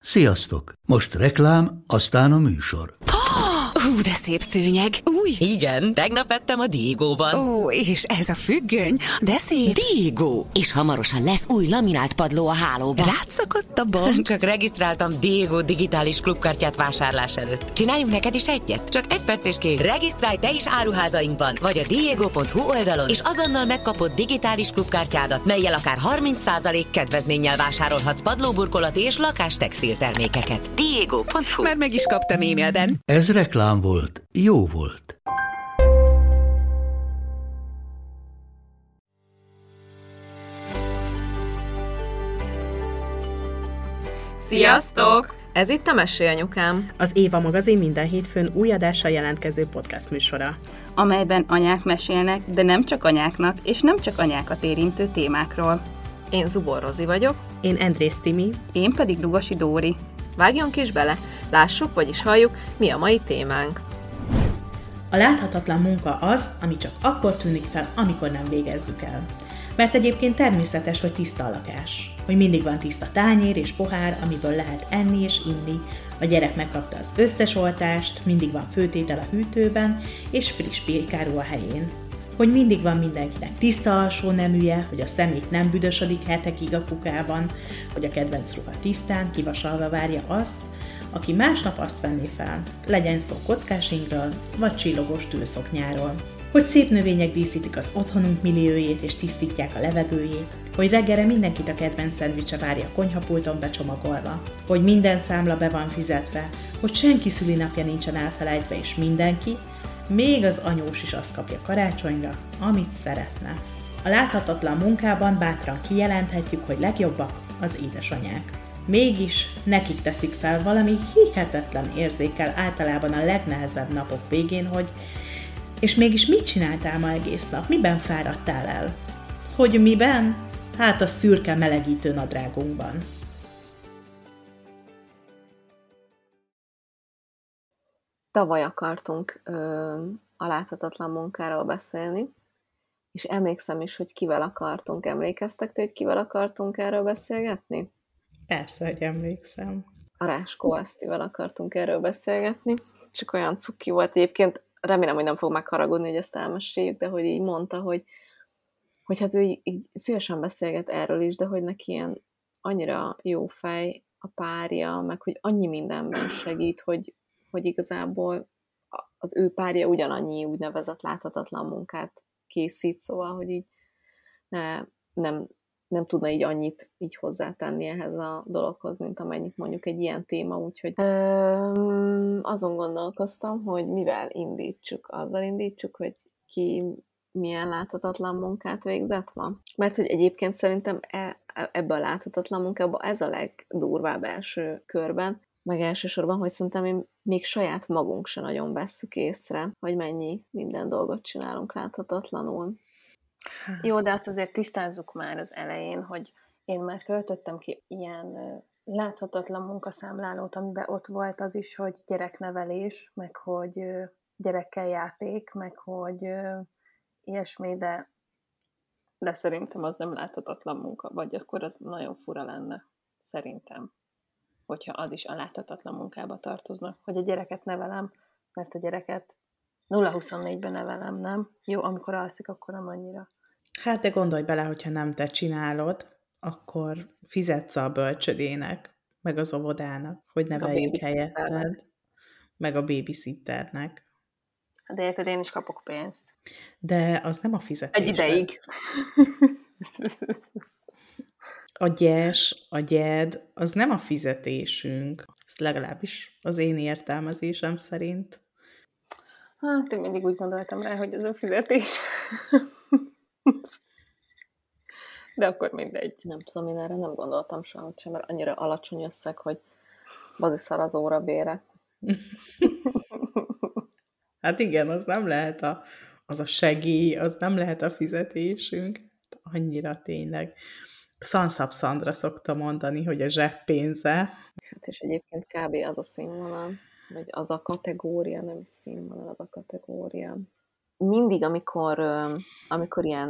Sziasztok! Most reklám, aztán a műsor. De szép szőnyeg. Új? Igen, tegnap vettem a Diegóban. Ó, és ez a függöny, de szép. Diegó! És hamarosan lesz új laminált padló a hálóban. Rátszakadt a bank. Csak regisztráltam Diegó digitális klubkártyát vásárlás előtt. Csináljunk neked is egyet? Csak 1 perc és kész. Regisztrálj te is áruházainkban, vagy a diego.hu oldalon, és azonnal megkapod digitális klubkártyádat, mellyel akár 30% kedvezménnyel vásárolhatsz padlóburkolati és lakástextil termékeket. Diego.hu. Már meg is kaptam e-mailben. Ez reklám volt, jó volt. Sziasztok! Ez itt a Mesélyanyukám. Az Éva magazin minden hétfőn új adással jelentkező podcast műsora, amelyben anyák mesélnek, de nem csak anyáknak, és nem csak anyákat érintő témákról. Én Zubor Rozi vagyok. Én Endrész Timi. Én pedig Lugosi Dóri. Vágjunk is bele, lássuk, vagyis halljuk, mi a mai témánk. A láthatatlan munka az, ami csak akkor tűnik fel, amikor nem végezzük el. Mert egyébként természetes, hogy tiszta a lakás. Hogy mindig van tiszta tányér és pohár, amiből lehet enni és inni, a gyerek megkapta az összes oltást, mindig van főtétel a hűtőben, és friss pékáró a helyén. Hogy mindig van mindenkinek tiszta alsó neműje, hogy a szemét nem büdösödik hetekig a kukában, hogy a kedvenc ruha tisztán, kivasalva várja azt, aki másnap azt venné fel, legyen szó kockás ingről, vagy csillogós tűlszoknyáról. Hogy szép növények díszítik az otthonunk milliójét és tisztítják a levegőjét, hogy reggelre mindenkit a kedvenc szendvicse várja a konyhapulton becsomagolva, hogy minden számla be van fizetve, hogy senki szülinapja nincsen elfelejtve, és mindenki, még az anyós is azt kapja karácsonyra, amit szeretne. A láthatatlan munkában bátran kijelenthetjük, hogy legjobbak az édesanyák. Mégis nekik teszik fel valami hihetetlen érzékkel általában a legnehezebb napok végén, hogy és mégis mit csináltál ma egész nap? Miben fáradtál el? Hogy miben? Hát a szürke melegítő nadrágunkban. Tavaly akartunk a láthatatlan munkáról beszélni, és emlékszem is, hogy kivel akartunk. Emlékeztek te, hogy kivel akartunk erről beszélgetni? Persze, hogy emlékszem. A Ráskó Esztivel akartunk erről beszélgetni, és olyan cuki volt egyébként, remélem, hogy nem fog megharagudni, hogy ezt elmeséljük, de hogy így mondta, hogy hát ő így szívesen beszélget erről is, de hogy neki ilyen annyira jó fej a párja, meg hogy annyi mindenben segít, hogy igazából az ő párja ugyanannyi úgynevezett láthatatlan munkát készít, szóval, hogy így nem tudna így annyit így hozzátenni ehhez a dologhoz, mint amennyit mondjuk egy ilyen téma, úgyhogy azon gondolkoztam, hogy mivel indítsuk. Azzal indítsuk, hogy ki milyen láthatatlan munkát végzett ma. Mert hogy egyébként szerintem ebbe a láthatatlan munkába ez a legdurvább első körben, meg elsősorban, hogy szerintem én még saját magunk se nagyon vesszük észre, hogy mennyi minden dolgot csinálunk láthatatlanul. Jó, de azt azért tisztázzuk már az elején, hogy én már töltöttem ki ilyen láthatatlan munkaszámlálót, amiben ott volt az is, hogy gyereknevelés, meg hogy gyerekkel játék, meg hogy ilyesmi, de szerintem az nem láthatatlan munka, vagy akkor az nagyon fura lenne, szerintem, hogyha az is a láthatatlan munkába tartozna, hogy a gyereket nevelem, mert a gyereket 0-24-ben nevelem, nem? Jó, amikor alszik, akkor nem annyira. Hát de gondolj bele, hogyha nem te csinálod, akkor fizetsz a bölcsödének, meg az óvodának, hogy neveljék helyetted, meg a babysitternek. De érted, én is kapok pénzt. De az nem a fizetés. Egy ideig. A gyes, a gyed, az nem a fizetésünk. Ez legalábbis az én értelmezésem szerint. Hát én mindig úgy gondoltam rá, hogy ez a fizetés. De akkor mindegy. Nem tudom, én erre nem gondoltam sem, mert annyira alacsony összeg, hogy baziszar az óra bére. Hát igen, az nem lehet az a segély, az nem lehet a fizetésünk. Annyira tényleg. Szanszap Szandra szokta mondani, hogy a zseppénze. Hát és egyébként kb. Az a színvonal, vagy az a kategória, nem is színvonal, az a kategória. Mindig, amikor ilyen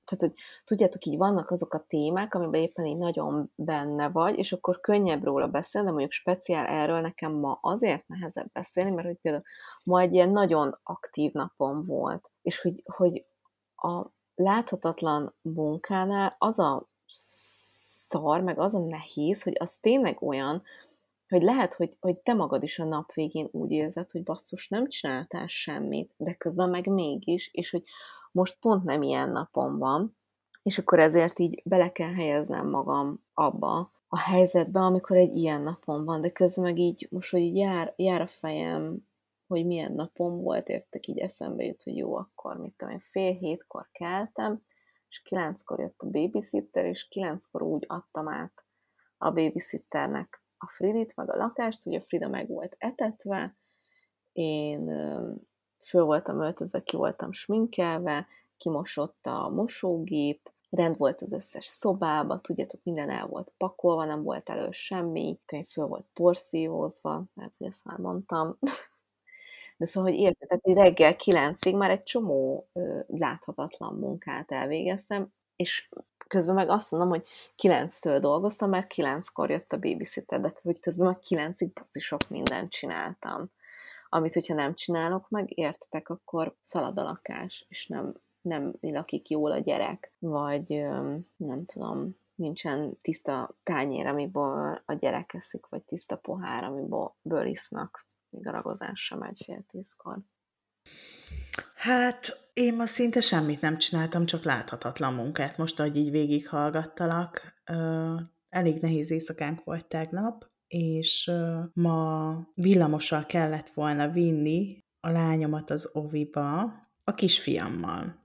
tehát, hogy tudjátok, így vannak azok a témák, amiben éppen így nagyon benne vagy, és akkor könnyebb róla beszélni, de mondjuk speciál erről nekem ma azért nehezebb beszélni, mert hogy például ma egy ilyen nagyon aktív napom volt, és hogy a láthatatlan munkánál az a szar, meg az a nehéz, hogy az tényleg olyan, hogy lehet, hogy te magad is a nap végén úgy érzed, hogy basszus, nem csináltál semmit, de közben meg mégis, és hogy most pont nem ilyen napom van, és akkor ezért így bele kell helyeznem magam abba a helyzetbe, amikor egy ilyen napom van, de közben meg így most, hogy így jár a fejem, hogy milyen napom volt, értek, így eszembe jut, hogy jó, akkor mit tudom én, 6:30 keltem, és 9-kor jött a babysitter, és 9-kor úgy adtam át a babysitternek a Fridit, meg a lakást, hogy a Frida meg volt etetve, én föl voltam öltözve, ki voltam sminkelve, kimosott a mosógép, rend volt az összes szobába, tudjátok, minden el volt pakolva, nem volt elő semmi, föl volt porszívózva, lehet, hogy ezt már mondtam. De szóval, hogy értetek, hogy reggel 9-ig már egy csomó láthatatlan munkát elvégeztem, és közben meg azt mondom, hogy 9-től dolgoztam, mert 9-kor jött a babysitter, de hogy közben meg 9-ig bazi sok mindent csináltam. Amit, hogyha nem csinálok meg, értetek, akkor szalad a lakás, és nem lakik jól a gyerek, vagy nem tudom, nincsen tiszta tányér, amiből a gyerek eszik, vagy tiszta pohár, amiből isznak. Még a ragozás sem megy 9:30. Hát én ma szinte semmit nem csináltam, csak láthatatlan munkát. Most, ahogy így végighallgattalak, elég nehéz éjszakánk volt tegnap, és ma villamossal kellett volna vinni a lányomat az oviba a kisfiammal.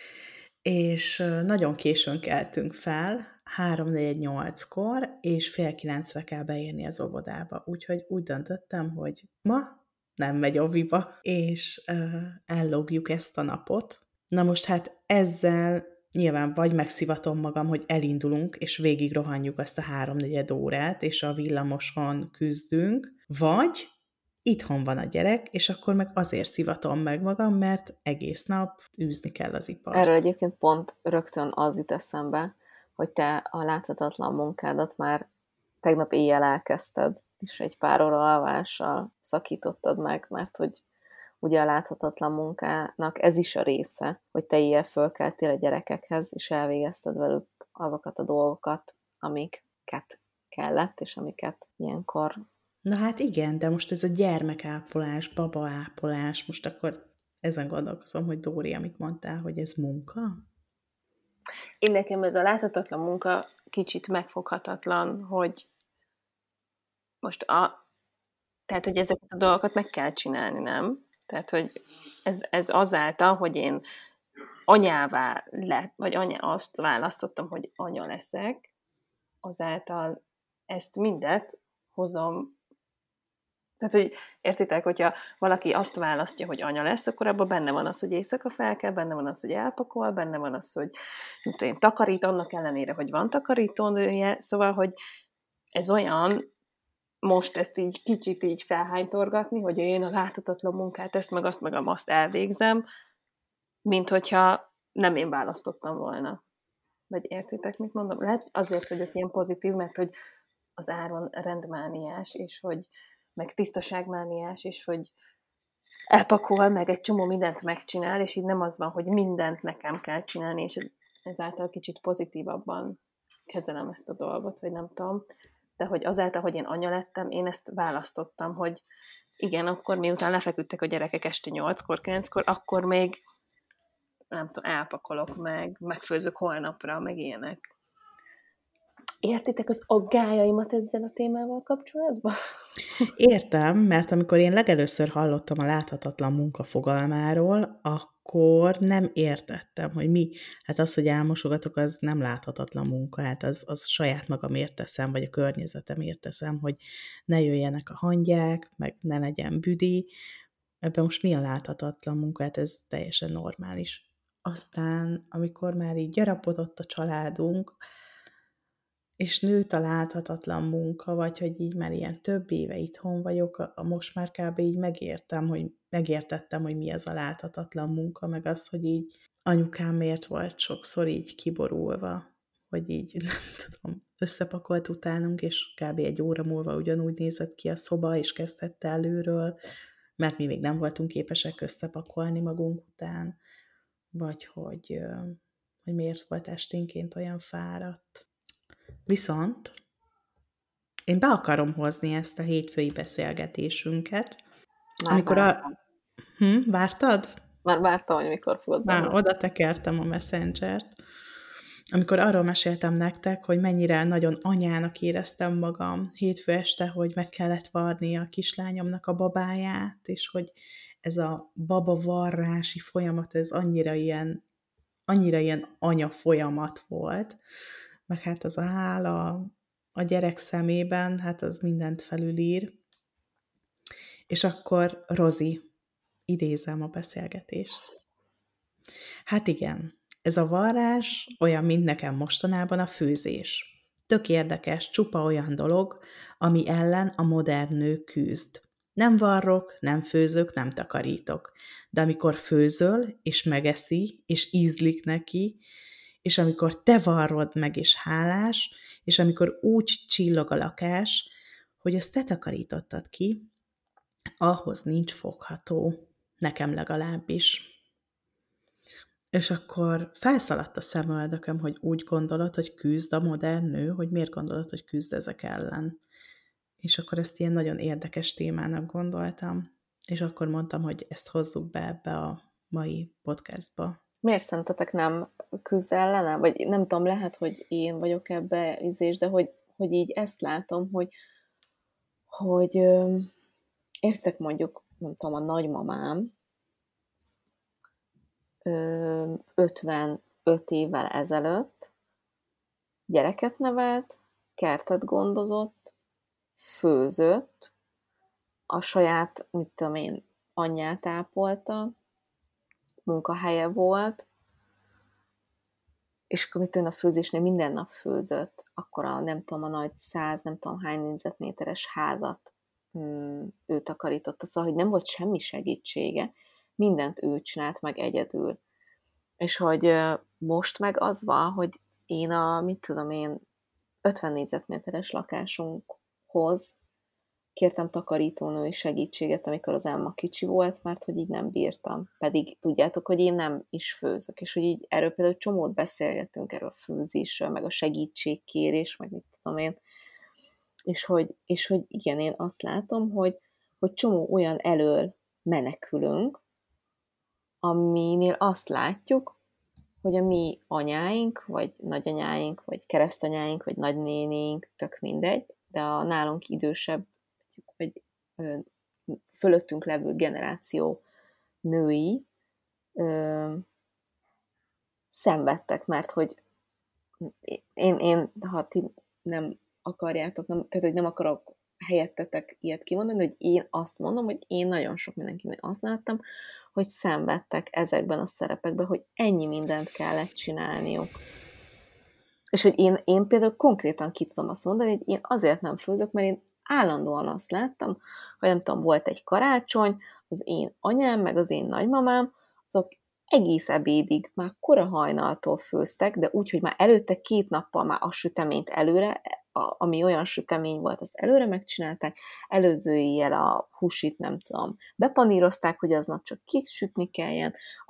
És nagyon későn keltünk fel, 3:48-kor, és 8:30-re kell beérni az óvodába. Úgyhogy úgy döntöttem, hogy ma nem megy oviba, és ellogjuk ezt a napot. Na most hát ezzel nyilván vagy megszivatom magam, hogy elindulunk, és végig rohanjuk azt a 3-4 órát, és a villamoson küzdünk, vagy itthon van a gyerek, és akkor meg azért szivatom meg magam, mert egész nap űzni kell az ipart. Erről egyébként pont rögtön az jut eszembe, hogy te a láthatatlan munkádat már tegnap éjjel elkezdted, és egy pár óra alvással szakítottad meg, mert hogy ugye a láthatatlan munkának ez is a része, hogy te éjjel fölkeltél a gyerekekhez, és elvégezted velük azokat a dolgokat, amiket kellett, és amiket ilyenkor... Na hát igen, de most ez a gyermekápolás, babaápolás, most akkor ezen gondolkozom, hogy Dóri, amit mondtál, hogy ez munka? Én nekem ez a láthatatlan munka kicsit megfoghatatlan, hogy most tehát, hogy ezeket a dolgokat meg kell csinálni, nem? Tehát, hogy ez azáltal, hogy én anyává azt választottam, hogy anya leszek, azáltal ezt mindet hozom. Tehát, hogy értitek, hogyha valaki azt választja, hogy anya lesz, akkor abban benne van az, hogy éjszaka fel kell, benne van az, hogy elpakol, benne van az, hogy én takarít, annak ellenére, hogy van takarítónője, szóval, hogy ez olyan, most ezt így kicsit így felhánytorgatni, hogy én a láthatatlan munkát, ezt meg azt elvégzem, mint hogyha nem én választottam volna. Vagy értitek, mit mondom? Lehet azért vagyok ilyen pozitív, mert hogy az Áron rendmániás, és hogy meg tisztaságmániás, és hogy elpakol, meg egy csomó mindent megcsinál, és így nem az van, hogy mindent nekem kell csinálni, és ezáltal kicsit pozitívabban kezelem ezt a dolgot, vagy nem tudom. De hogy azáltal, hogy én anya lettem, én ezt választottam, hogy igen, akkor miután lefeküdtek a gyerekek este 8-kor, 9-kor, akkor még nem tudom, elpakolok megfőzök holnapra, meg ilyenek. Értitek az aggájaimat ezzel a témával kapcsolatban? Értem, mert amikor én legelőször hallottam a láthatatlan munka fogalmáról, akkor nem értettem, hogy mi. Hát az, hogy elmosogatok, az nem láthatatlan munka, hát az saját magamért teszem, vagy a környezetemért teszem, hogy ne jöjjenek a hangyák, meg ne legyen büdi. Ebben most mi a láthatatlan munka? Hát ez teljesen normális. Aztán, amikor már így gyarapodott a családunk, és nőtt a láthatatlan munka, vagy hogy így már ilyen több éve itthon vagyok, most már kb. Így megértettem, hogy mi ez a láthatatlan munka, meg az, hogy így anyukám miért volt sokszor így kiborulva, hogy így, nem tudom, összepakolt utánunk, és kb. 1 óra múlva ugyanúgy nézett ki a szoba, és kezdette előről, mert mi még nem voltunk képesek összepakolni magunk után, vagy hogy miért volt esténként olyan fáradt. Viszont én be akarom hozni ezt a hétfői beszélgetésünket, amikor vártad? Már vártam, hogy mikor fogod Már oda tekertem a Messengert. Amikor arról meséltem nektek, hogy mennyire nagyon anyának éreztem magam hétfő este, hogy meg kellett varni a kislányomnak a babáját, és hogy ez a babavarrási folyamat, ez annyira ilyen anya folyamat volt, meg hát az a hála a gyerek szemében, hát az mindent felülír. És akkor Rozi, idézem a beszélgetést. Hát igen, ez a varrás olyan, mint nekem mostanában a főzés. Tök érdekes, csupa olyan dolog, ami ellen a modern nő küzd. Nem varrok, nem főzök, nem takarítok. De amikor főzöl, és megeszi, és ízlik neki, és amikor te varrod meg, és hálás, és amikor úgy csillog a lakás, hogy ezt te takarítottad ki, ahhoz nincs fogható. Nekem legalábbis. És akkor felszaladt a szemöldököm, hogy úgy gondolod, hogy küzd a modern nő, hogy miért gondolod, hogy küzd ezek ellen. És akkor ezt ilyen nagyon érdekes témának gondoltam, és akkor mondtam, hogy ezt hozzuk be ebbe a mai podcastba. Miért szerintetek nem küzd ellene? Vagy nem tudom, lehet, hogy én vagyok ebbe ízés, de hogy így ezt látom, hogy értek mondjuk, nem tudom, a nagymamám 55 évvel ezelőtt gyereket nevelt, kertet gondozott, főzött, a saját, mit tudom én, anyját ápolta, munkahelye volt, és akkor mit tudom, a főzésnél minden nap főzött, akkor nem tudom, a nagy 100, nem tudom hány négyzetméteres házat ő takarította, szóval, hogy nem volt semmi segítsége, mindent ő csinált meg egyedül. És hogy most meg az van, hogy én mit tudom én, 50 négyzetméteres lakásunkhoz kértem takarítónői segítséget, amikor az Emma kicsi volt, mert hogy így nem bírtam. Pedig tudjátok, hogy én nem is főzök, és hogy így erről például csomót beszélgetünk, erről a főzésről, meg a segítségkérés, meg mit tudom én. És hogy igen, én azt látom, hogy csomó olyan elől menekülünk, aminél azt látjuk, hogy a mi anyáink, vagy nagyanyáink, vagy keresztanyáink, vagy nagynénéink, tök mindegy, de a nálunk idősebb, vagy fölöttünk levő generáció női szenvedtek, mert hogy én ha ti nem akarjátok, tehát hogy nem akarok helyettetek ilyet kimondani, hogy én azt mondom, hogy én nagyon sok mindenkinek azt láttam, hogy szenvedtek ezekben a szerepekben, hogy ennyi mindent kellett csinálniuk. És hogy én például konkrétan ki tudom azt mondani, hogy én azért nem főzök, mert én állandóan azt láttam, hogy nem tudom, volt egy karácsony, az én anyám, meg az én nagymamám, azok egész ebédig, már kora hajnaltól főztek, de úgy, hogy már előtte 2 nappal már a süteményt előre, ami olyan sütemény volt, azt előre megcsinálták, előző éjjel a húsit, nem tudom, bepanírozták, hogy aznap csak kisütni kelljen,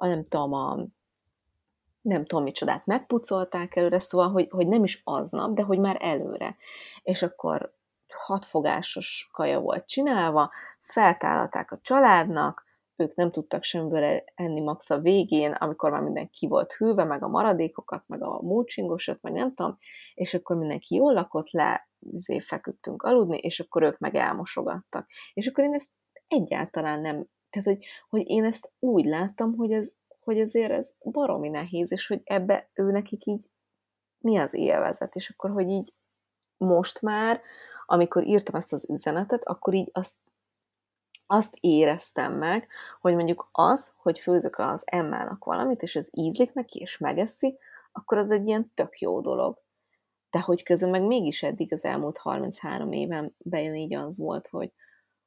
nem tudom micsodát megpucolták előre, szóval, hogy nem is aznap, de hogy már előre. És akkor 6 fogásos kaja volt csinálva, feltállalták a családnak, ők nem tudtak semmiből enni max a végén, amikor már minden ki volt hűlve, meg a maradékokat, meg a múlcsingosot, meg nem tudom, és akkor mindenki jól lakott le, feküdtünk aludni, és akkor ők meg elmosogattak. És akkor én ezt egyáltalán nem, tehát hogy én ezt úgy láttam, hogy azért ez baromi nehéz, és hogy ebbe ő nekik így mi az élvezet, és akkor, hogy így most már, amikor írtam ezt az üzenetet, akkor így azt éreztem meg, hogy mondjuk az, hogy főzök az Emmának valamit, és ez ízlik neki, és megeszi, akkor az egy ilyen tök jó dolog. De hogy közben meg mégis eddig az elmúlt 33 évenben így az volt, hogy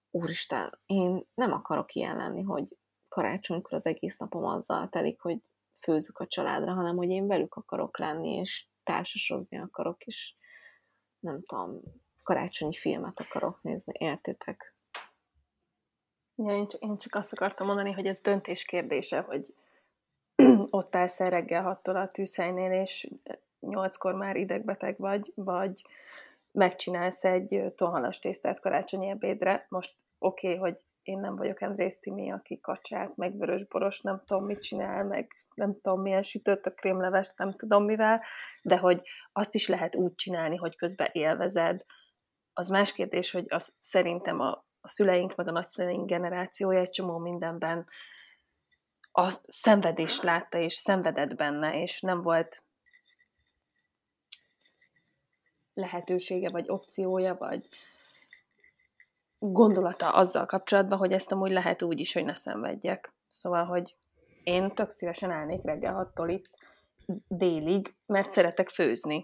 úristen, én nem akarok ilyen lenni, hogy karácsonykor az egész napom azzal telik, hogy főzök a családra, hanem hogy én velük akarok lenni, és társasozni akarok, és nem tudom, karácsonyi filmet akarok nézni, értitek? Ja, én csak azt akartam mondani, hogy ez döntés kérdése, hogy ott állsz el reggel 6-tól a tűzhelynél, és 8-kor már idegbeteg vagy megcsinálsz egy tonhalas tésztát karácsonyi ebédre. Most oké, hogy én nem vagyok Andrész Timi, aki kacsát, meg vörösboros, nem tudom mit csinál, meg nem tudom milyen sütött a krémlevest, nem tudom mivel, de hogy azt is lehet úgy csinálni, hogy közben élvezed. Az más kérdés, hogy az szerintem a szüleink, meg a nagyszüleink generációja egy csomó mindenben a szenvedést látta, és szenvedett benne, és nem volt lehetősége, vagy opciója, vagy gondolata azzal kapcsolatban, hogy ezt amúgy lehet úgy is, hogy ne szenvedjek. Szóval, hogy én tök szívesen állnék reggel 6-tól itt délig, mert szeretek főzni.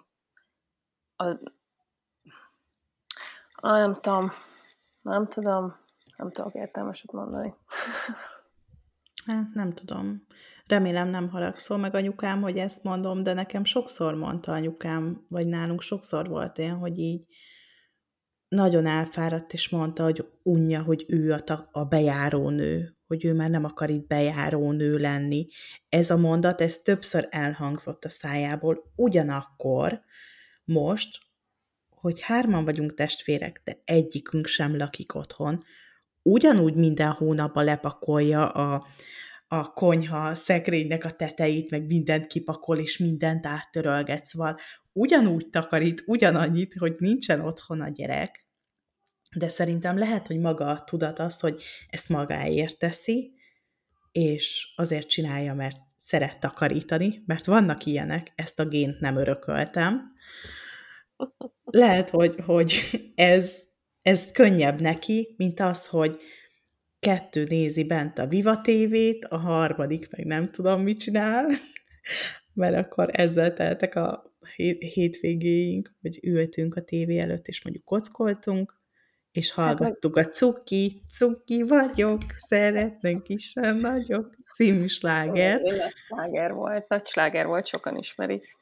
Nem tudok értelmeset mondani. Hát nem tudom. Remélem nem haragszol meg anyukám, hogy ezt mondom, de nekem sokszor mondta anyukám, vagy nálunk sokszor volt ilyen, hogy így nagyon elfáradt, és mondta, hogy unja, hogy ő a bejárónő, hogy ő már nem akar itt bejárónő lenni. Ez a mondat, ez többször elhangzott a szájából. Ugyanakkor most, hogy 3 vagyunk testvérek, de egyikünk sem lakik otthon, ugyanúgy minden hónapban lepakolja a konyha szekrénynek a tetejét, meg mindent kipakol, és mindent áttörölget, szóval ugyanúgy takarít, ugyanannyit, hogy nincsen otthon a gyerek, de szerintem lehet, hogy maga a tudat az, hogy ezt magáért teszi, és azért csinálja, mert szeret takarítani, mert vannak ilyenek, ezt a gént nem örököltem. Lehet, hogy ez könnyebb neki, mint az, hogy 2 nézi bent a Viva TV-t, a 3. meg nem tudom, mit csinál, mert akkor ezzel teltek a hétvégéink, hogy ültünk a tévé előtt, és mondjuk kockoltunk, és hallgattuk a Cuki vagyok, szeretnek is nagyok című sláger. Nagy sláger volt, sokan ismerik.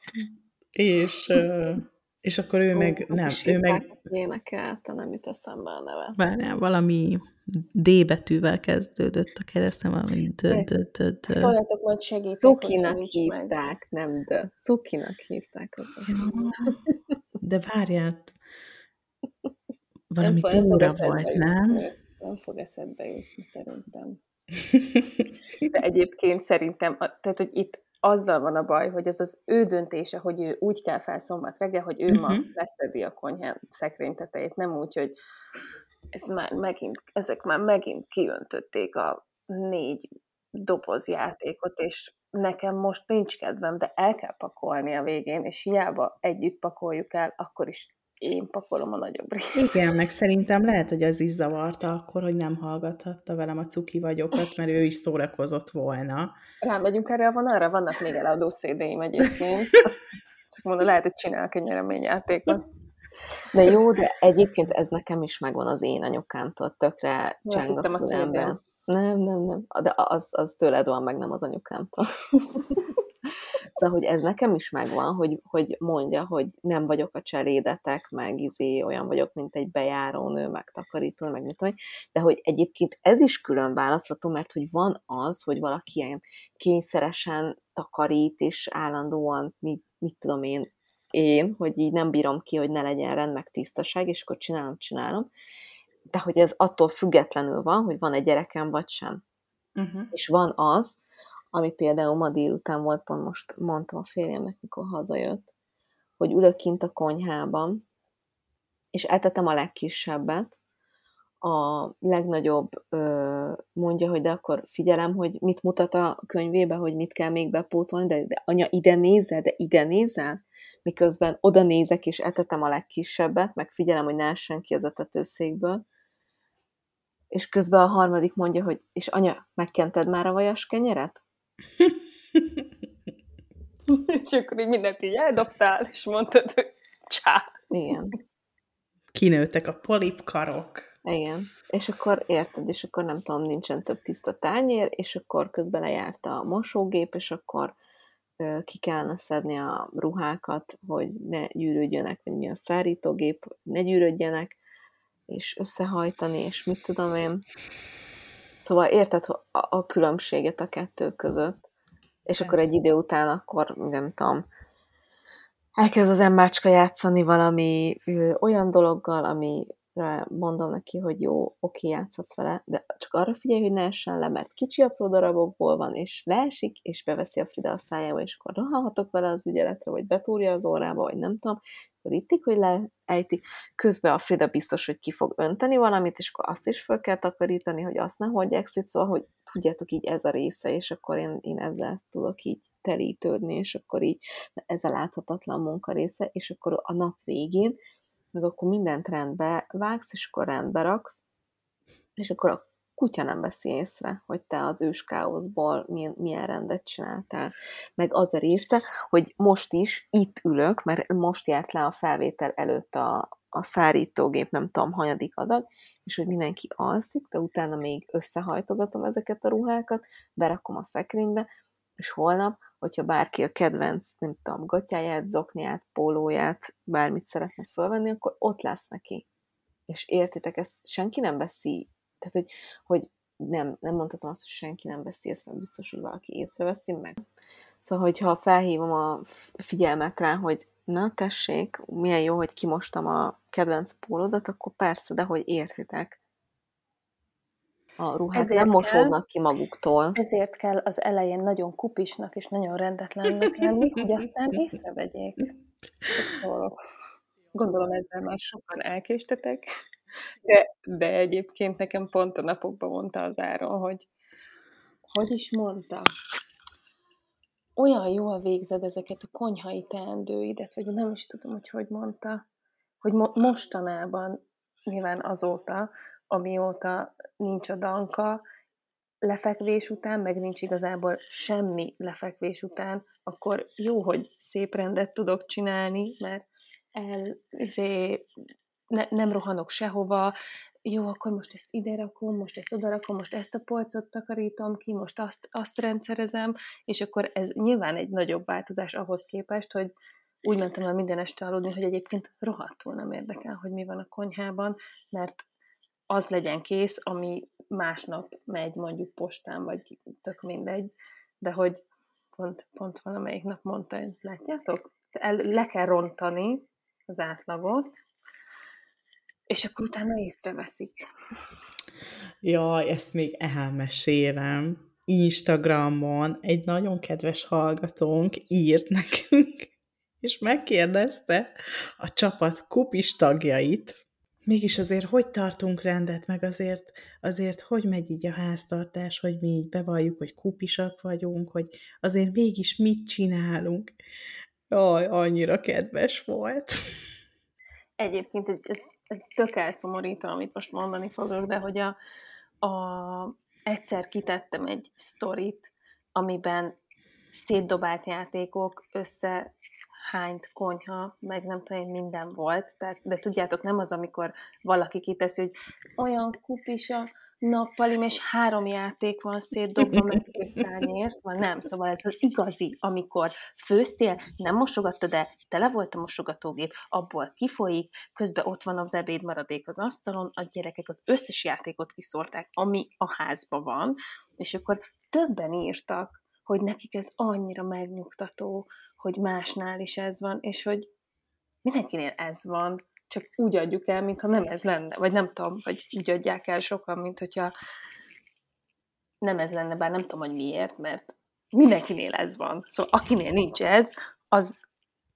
És akkor ő meg nem. Ő meg énekelte, nem jut eszembe a neve. Várjál, valami D betűvel kezdődött a keresztem, valami Szóljatok, majd segítek. Cukinak hívták, nem de. Cukinak hívták. De várjál, valami Dóra volt, nem? Nem fog eszedbe jutni, szerintem. De egyébként szerintem, tehát, hogy itt azzal van a baj, hogy ez az ő döntése, hogy ő úgy kell fel szombat reggel, hogy ő ma leszedi a konyhán szekrény tetejét, nem úgy, hogy ezek már megint kiöntötték a 4 dobozjátékot, és nekem most nincs kedvem, de el kell pakolni a végén, és hiába együtt pakoljuk el, akkor is én pakolom a nagyobb részt. Igen, meg szerintem lehet, hogy az is zavarta akkor, hogy nem hallgathatta velem a Cuki vagyokat, mert ő is szórakozott volna. Rámegyünk erre a vonalra? Vannak még eladó CD-im egyébként. Csak mondom, lehet, hogy csinálok egy nyereményjátékot. De jó, de egyébként ez nekem is megvan az én anyukámtól, tökre cseng a fülemben. Nem. De az tőled van, meg nem az anyukámtól. Szóval, hogy ez nekem is megvan, hogy mondja, hogy nem vagyok a cselédetek, meg olyan vagyok, mint egy bejárónő, meg takarító, meg mit tudom, de hogy egyébként ez is külön választható, mert hogy van az, hogy valaki ilyen kényszeresen takarít, és állandóan, mit tudom én, hogy így nem bírom ki, hogy ne legyen rend, meg tisztaság, és akkor csinálom, de hogy ez attól függetlenül van, hogy van egy gyerekem, vagy sem. És van az, ami például ma délután volt, pont most mondtam a férjemnek, mikor hazajött, hogy ülök kint a konyhában, és eltettem a legkisebbet, a legnagyobb mondja, hogy de akkor figyelem, hogy mit mutat a könyvébe, hogy mit kell még bepótolni, de anya, ide nézel, miközben oda nézek, és eltettem a legkisebbet, meg figyelem, hogy ne essen ki az a tetőszékből, és közben a 3. mondja, hogy és anya, megkented már a vajas kenyeret? És akkor így mindent így eldobtál, és mondtad, hogy csá. Igen. Kinőttek a polipkarok. Igen. És akkor érted, és akkor nem tudom, nincsen több tiszta tányér, és akkor közben lejárt a mosógép, és akkor ki kellene szedni a ruhákat, hogy ne gyűrődjönek, vagy mi a szárítógép, hogy ne gyűrődjenek, és összehajtani, és mit tudom én. Szóval érted a különbséget a kettő között, és akkor egy idő után akkor, nem tudom, elkezd az embácska játszani valami olyan dologgal, amire mondom neki, hogy jó, oké, játszhatsz vele, de csak arra figyelj, hogy ne essen le, mert kicsi apró darabokból van, és leesik, és beveszi a Frida a szájába, és akkor rohanhatok vele az ügyeletre, vagy betúrja az órába, vagy nem tudom, akkor ittik, hogy leejti. Közben a Frida biztos, hogy ki fog önteni valamit, és akkor azt is fel kell takarítani, hogy azt ne hagyják szét, szóval, hogy tudjátok, így ez a része, és akkor én ezzel tudok így telítődni, és akkor így ez a láthatatlan munka része, és akkor a nap végén, meg akkor mindent rendbe vágsz, és akkor rendbe raksz, és akkor a kutya nem veszi észre, hogy te az őskáoszból milyen rendet csináltál. Meg az a része, hogy most is itt ülök, mert most járt le a felvétel előtt a szárítógép, nem tudom, hanyadik adag, és hogy mindenki alszik, de utána még összehajtogatom ezeket a ruhákat, berakom a szekrénybe, és holnap, hogyha bárki a kedvenc, nem tudom, gatyáját, zokniát, pólóját, bármit szeretne fölvenni, akkor ott lesz neki. És értitek, ezt senki nem veszi, tehát, hogy nem mondhatom azt, hogy senki nem veszi észre, biztos, hogy valaki észreveszi meg. Szóval, hogyha felhívom a figyelmet rá, hogy na tessék, milyen jó, hogy kimostam a kedvenc pólódat, akkor persze, de hogy értitek. A ruhák ezért nem mosódnak ki maguktól. Ezért kell az elején nagyon kupisnak és nagyon rendetlennek lenni, hogy aztán észrevegyék. Szólok. Gondolom ezzel már sokan elkéstetek, de egyébként nekem pont a napokban mondta az Áron, hogy is mondta? Olyan jól végzed ezeket a konyhai teendőidet, vagy nem is tudom, hogy mondta, hogy mostanában, nyilván azóta, amióta nincs a Danka, lefekvés után, meg nincs igazából semmi lefekvés után, akkor jó, hogy szép rendet tudok csinálni, mert nem rohanok sehova, jó, akkor most ezt ide rakom, most ezt oda rakom, most ezt a polcot takarítom ki, most azt rendszerezem, és akkor ez nyilván egy nagyobb változás ahhoz képest, hogy úgy mentem el minden este aludni, hogy egyébként rohadtul nem érdekel, hogy mi van a konyhában, mert az legyen kész, ami másnap megy mondjuk postán, vagy tök mindegy, de hogy pont valamelyik nap mondta, hogy látjátok, le kell rontani az átlagot, és akkor utána észreveszik. Jaj, ezt még elmesélem. Instagramon egy nagyon kedves hallgatónk írt nekünk, és megkérdezte a csapat kupis tagjait, mégis azért hogy tartunk rendet, meg azért hogy megy így a háztartás, hogy mi így bevalljuk, hogy kupisak vagyunk, hogy azért mégis mit csinálunk. Jaj, annyira kedves volt. Egyébként ez tök elszomorító, amit most mondani fogok, de hogy egyszer kitettem egy sztorit, amiben szétdobált játékok, összehányt konyha, meg nem tudom, minden volt, de tudjátok, nem az, amikor valaki kiteszi, hogy olyan kupis a nappalim, és 3 játék van szétdobva, meg 2 tányér, szóval nem, szóval ez az igazi, amikor főztél, nem mosogattad, de tele volt a mosogatógép, abból kifolyik, közben ott van az ebédmaradék az asztalon, a gyerekek az összes játékot kiszórták, ami a házban van, és akkor többen írtak, hogy nekik ez annyira megnyugtató, hogy másnál is ez van, és hogy mindenkinél ez van, csak úgy adjuk el, mintha nem ez lenne, vagy nem tudom, vagy úgy adják el sokan, mint hogyha nem ez lenne, bár nem tudom, hogy miért, mert mindenkinél ez van. Szóval akinél nincs ez, az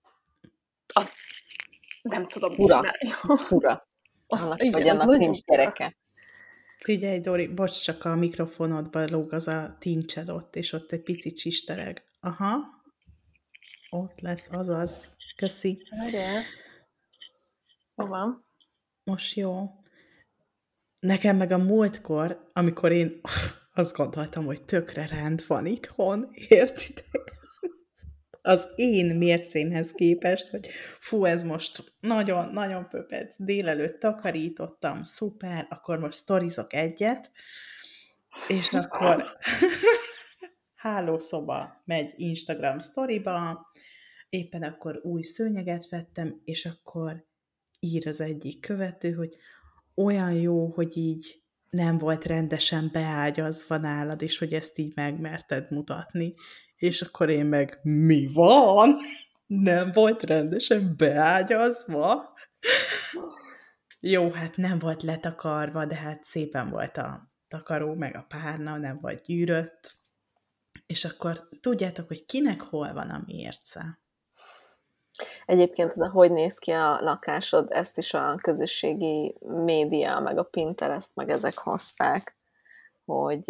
nem tudom, fura. Fura. Annak nincs gyereke. Figyelj, Dori, bocs, csak a mikrofonodban lóg az a tincsed ott, és ott egy picit csistereg. Aha. Ott lesz, azaz. Köszi. Várjál. Van. Most jó. Nekem meg a múltkor, amikor én azt gondoltam, hogy tökre rend van itthon, értitek? Az én mércémhez képest, hogy fú, ez most nagyon pöpec, délelőtt takarítottam, szuper, akkor most sztorizok egyet, és akkor hálószoba megy Instagram sztoriba, éppen akkor új szőnyeget vettem, és akkor ír az egyik követő, hogy olyan jó, hogy így nem volt rendesen beágyazva nálad, és hogy ezt így megmerted mutatni. És akkor én meg, mi van? Nem volt rendesen beágyazva? Jó, hát nem volt letakarva, de hát szépen volt a takaró, meg a párna, nem volt gyűrött. És akkor tudjátok, hogy kinek hol van a mérce? Egyébként, de hogy néz ki a lakásod, ezt is a közösségi média, meg a Pinterest, meg ezek hozták, hogy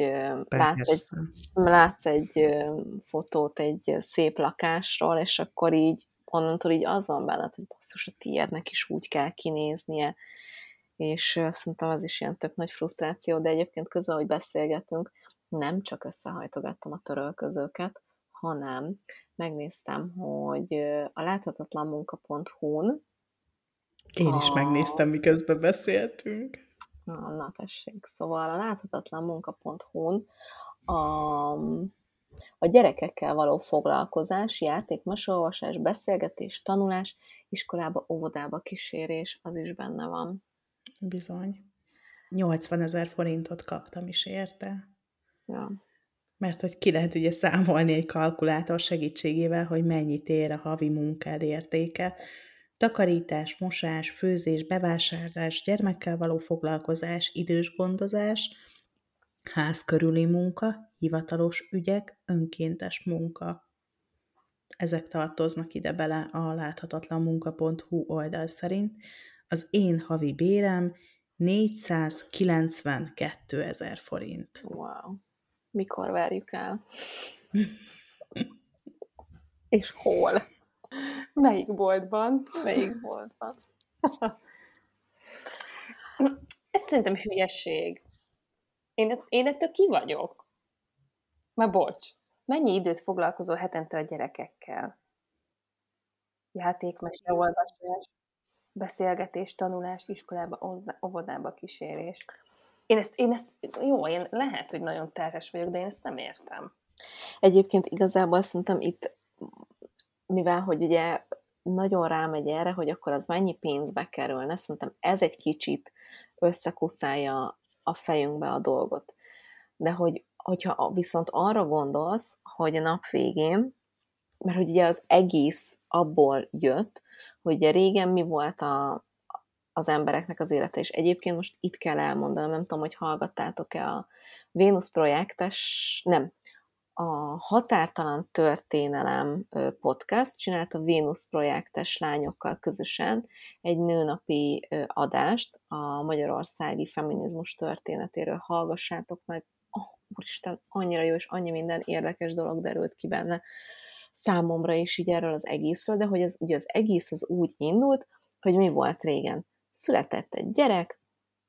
látsz egy fotót egy szép lakásról, és akkor így onnantól így az van benned, hogy basszus, a tiédnek is úgy kell kinéznie, és szerintem ez is ilyen tök nagy frusztráció, de egyébként közben, hogy beszélgetünk, nem csak összehajtogattam a törölközőket, hanem megnéztem, hogy a láthatatlanmunka.hu-n Én is megnéztem, miközben beszéltünk. Na tessék, szóval a láthatatlanmunka.hu-n a gyerekekkel való foglalkozás, játék, meseolvasás, beszélgetés, tanulás, iskolába, óvodába kísérés, az is benne van. Bizony. 80 000 forintot kaptam is érte. Ja. Mert hogy ki lehet ugye számolni egy kalkulátor segítségével, hogy mennyit ér a havi munkád értéke. Takarítás, mosás, főzés, bevásárlás, gyermekkel való foglalkozás, idős gondozás, ház körüli munka, hivatalos ügyek, önkéntes munka. Ezek tartoznak ide bele a láthatatlanmunka.hu oldal szerint. Az én havi bérem 492 000 forint. Wow. Mikor várjuk el? És hol? Melyik boltban? Melyik boltban? Ez szerintem hülyeség. Én ettől ki vagyok? Már bocs. Mennyi időt foglalkozol hetente a gyerekekkel? Játék, meseolvasás, beszélgetés, tanulás, iskolába, óvodába kísérés. Én lehet, hogy nagyon terhes vagyok, de én ezt nem értem. Egyébként igazából szerintem itt, mivel hogy ugye nagyon rámegy erre, hogy akkor az mennyi pénzbe kerülne, szerintem ez egy kicsit összekuszálja a fejünkbe a dolgot. De hogyha viszont arra gondolsz, hogy a nap végén, mert hogy ugye az egész abból jött, hogy ugye régen mi volt az embereknek az élete, és egyébként most itt kell elmondanom, nem tudom, hogy hallgattátok-e a Vénusz projektes, nem, a Határtalan Történelem podcast csinált a Vénusz projektes lányokkal közösen egy nőnapi adást a magyarországi feminizmus történetéről. Hallgassátok meg, úristen, annyira jó, és annyi minden érdekes dolog derült ki benne számomra is így erről az egészről, de hogy ugye az egész az úgy indult, hogy mi volt régen. Született egy gyerek,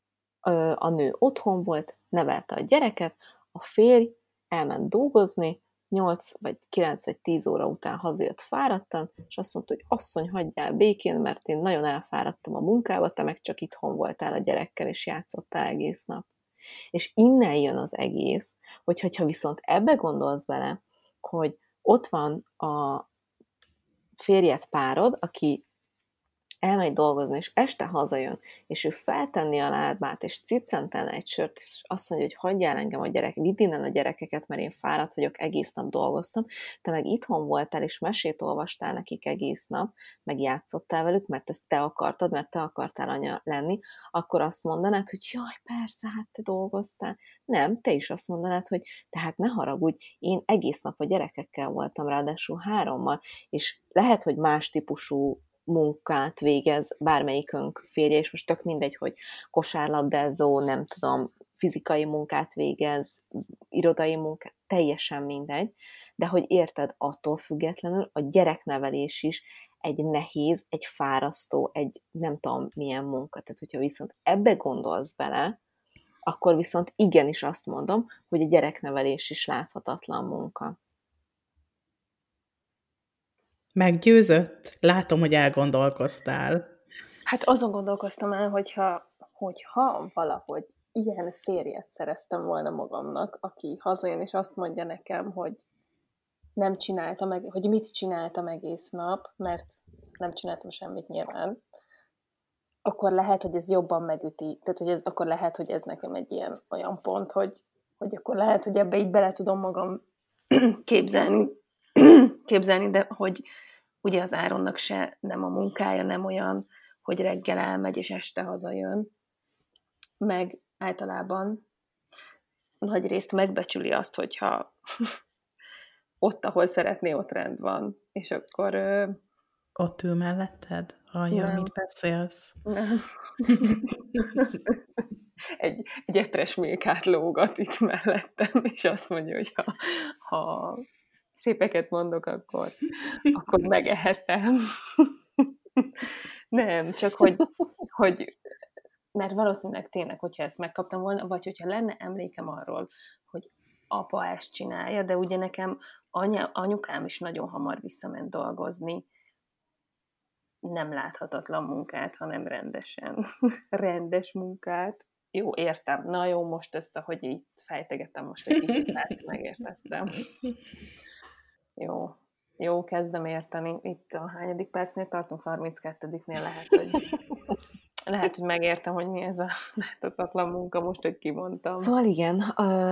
a nő otthon volt, nevelte a gyereket, a férj elment dolgozni, 8 vagy 9 vagy 10 óra után hazajött fáradtan, és azt mondta, hogy asszony, hagyjál békén, mert én nagyon elfáradtam a munkába, te meg csak itthon voltál a gyerekkel, és játszottál egész nap. És innen jön az egész, hogyha viszont ebbe gondolsz bele, hogy ott van a férjed párod, aki elmegy dolgozni, és este hazajön, és ő feltenni a lábát, és ciccentene egy sört, és azt mondja, hogy hagyjál engem a gyerek, vidd innen a gyerekeket, mert én fáradt vagyok, egész nap dolgoztam, te meg itthon voltál, és mesét olvastál nekik egész nap, meg játszottál velük, mert ezt te akartad, mert te akartál anya lenni, akkor azt mondanád, hogy jaj, persze, hát te dolgoztál. Nem, te is azt mondanád, hogy tehát ne haragudj, én egész nap a gyerekekkel voltam, ráadásul 3-mal, és lehet, hogy más típusú munkát végez bármelyikünk férje, és most tök mindegy, hogy kosárlabdázó, nem tudom, fizikai munkát végez, irodai munkát, teljesen mindegy, de hogy érted, attól függetlenül a gyereknevelés is egy nehéz, egy fárasztó, egy nem tudom milyen munka. Tehát, hogyha viszont ebbe gondolsz bele, akkor viszont igenis azt mondom, hogy a gyereknevelés is láthatatlan munka. Meggyőzött? Látom, hogy elgondolkoztál. Hát azon gondolkoztam el, hogyha valahogy ilyen férjet szereztem volna magamnak, aki hazajön, és azt mondja nekem, hogy nem csinálta meg, hogy mit csináltam egész nap, mert nem csináltam semmit nyilván, akkor lehet, hogy ez jobban megüti. Tehát, hogy akkor lehet, hogy ez nekem egy ilyen olyan pont, hogy akkor lehet, hogy ebbe így bele tudom magam képzelni, de hogy ugye az Áronnak se nem a munkája, nem olyan, hogy reggel elmegy és este hazajön, meg általában nagy részt megbecsüli azt, hogyha ott, ahol szeretné, ott rend van. És akkor... Ott ül melletted? Hallja, Nem. amit beszélsz. Nem. egy epres mékát lógat itt mellettem, és azt mondja, hogy ha szépeket mondok, akkor megehetem. Nem, csak hogy mert valószínűleg tényleg, hogyha ezt megkaptam volna, vagy hogyha lenne emlékem arról, hogy apa ezt csinálja, de ugye nekem anyukám is nagyon hamar visszament dolgozni, nem láthatatlan munkát, hanem rendesen. Rendes munkát. Jó, értem. Na jó, most ezt, ahogy így fejtegetem, most egy kicsit megértettem. Jó, kezdem érteni. Itt a hányadik percnél tartunk? 32-nél lehet, hogy megértem, hogy mi ez a láthatatlan munka, most, hogy kimondtam. Szóval igen,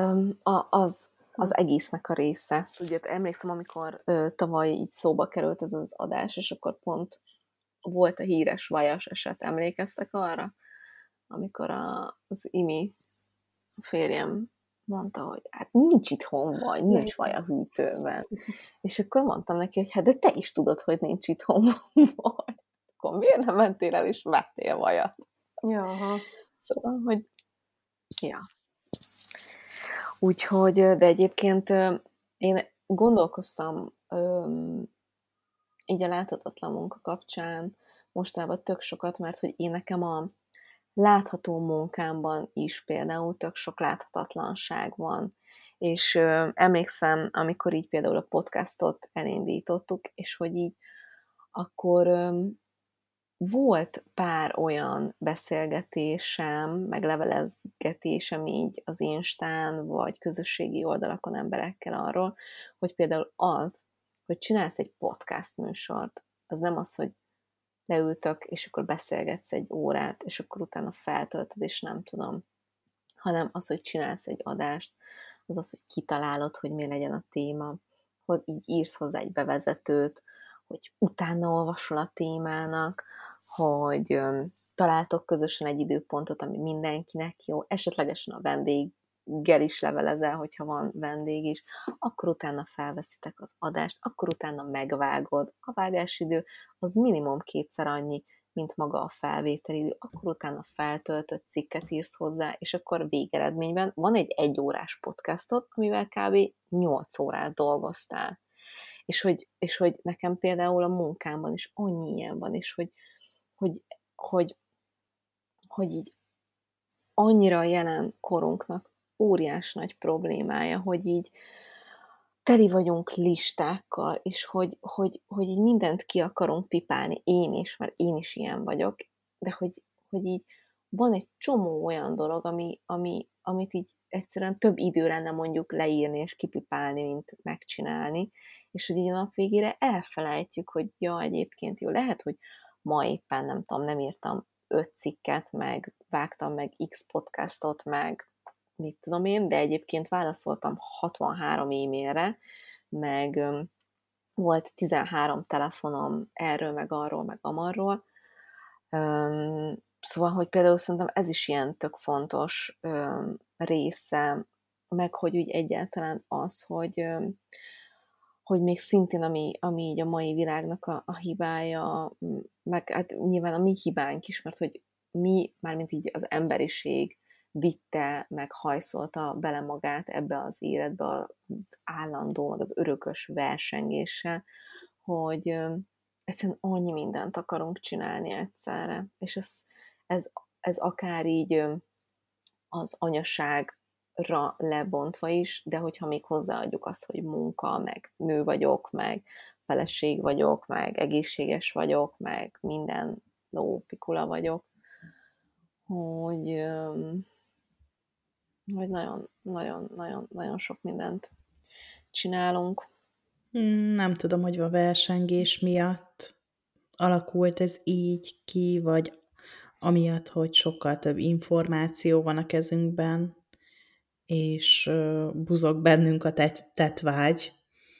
az egésznek a része. Ugye emlékszem, amikor tavaly így szóba került ez az adás, és akkor pont volt a híres vajas eset, emlékeztek arra? Amikor az Imi férjem mondta, hogy hát nincs itthon vaj, nincs vaj a hűtőben. És akkor mondtam neki, hogy hát de te is tudod, hogy nincs itthon vaj. Akkor miért nem mentél el és vettél vajat? Jaha. Szóval, hogy ja. Úgyhogy, de egyébként én gondolkoztam így a láthatatlan munka kapcsán mostanában tök sokat, mert hogy én nekem a látható munkámban is például tök sok láthatatlanság van. És emlékszem, amikor így például a podcastot elindítottuk, és hogy így akkor volt pár olyan beszélgetésem, meg levelezgetésem így az Instán, vagy közösségi oldalakon emberekkel arról, hogy például az, hogy csinálsz egy podcast műsort, az nem az, hogy leültök, és akkor beszélgetsz egy órát, és akkor utána feltöltöd, és nem tudom, hanem az, hogy csinálsz egy adást, az, hogy kitalálod, hogy mi legyen a téma, hogy így írsz hozzá egy bevezetőt, hogy utána olvasol a témának, hogy találtok közösen egy időpontot, ami mindenkinek jó, esetlegesen a vendéggel is levelezel, hogyha van vendég is, akkor utána felveszitek az adást, akkor utána megvágod. A vágásidő az minimum 2-szer annyi, mint maga a felvételidő, akkor utána feltöltött cikket írsz hozzá, és akkor végeredményben van egy 1 órás podcastot, amivel kb. 8 órát dolgoztál. És hogy nekem például a munkámban is annyi ilyen van, és hogy így annyira a jelen korunknak óriás nagy problémája, hogy így teli vagyunk listákkal, és hogy így mindent ki akarunk pipálni, én is, mert én is ilyen vagyok, de hogy így van egy csomó olyan dolog, amit így egyszerűen több idő lenne mondjuk leírni és kipipálni, mint megcsinálni, és hogy így a nap végére elfelejtjük, hogy ja, egyébként jó, lehet, hogy ma éppen nem tudom, nem írtam 5 cikket, meg vágtam meg X podcastot, meg mit tudom én, de egyébként válaszoltam 63 e-mailre, meg volt 13 telefonom erről, meg arról, meg amarról. Szóval, hogy például szerintem ez is ilyen tök fontos része, meg hogy úgy egyáltalán az, hogy még szintén, ami így a mai világnak a hibája, meg hát nyilván a mi hibánk is, mert hogy mi, mármint így az emberiség vitte, meg hajszolta bele magát ebbe az életbe az állandó, meg az örökös versengéssel, hogy egyszerűen annyi mindent akarunk csinálni egyszerre. És ez akár így az anyaságra lebontva is, de hogyha még hozzáadjuk azt, hogy munka, meg nő vagyok, meg feleség vagyok, meg egészséges vagyok, meg minden lópikula vagyok, hogy hogy nagyon sok mindent csinálunk. Nem tudom, hogy a versengés miatt alakult ez így ki, vagy amiatt, hogy sokkal több információ van a kezünkben, és buzog bennünk a tettvágy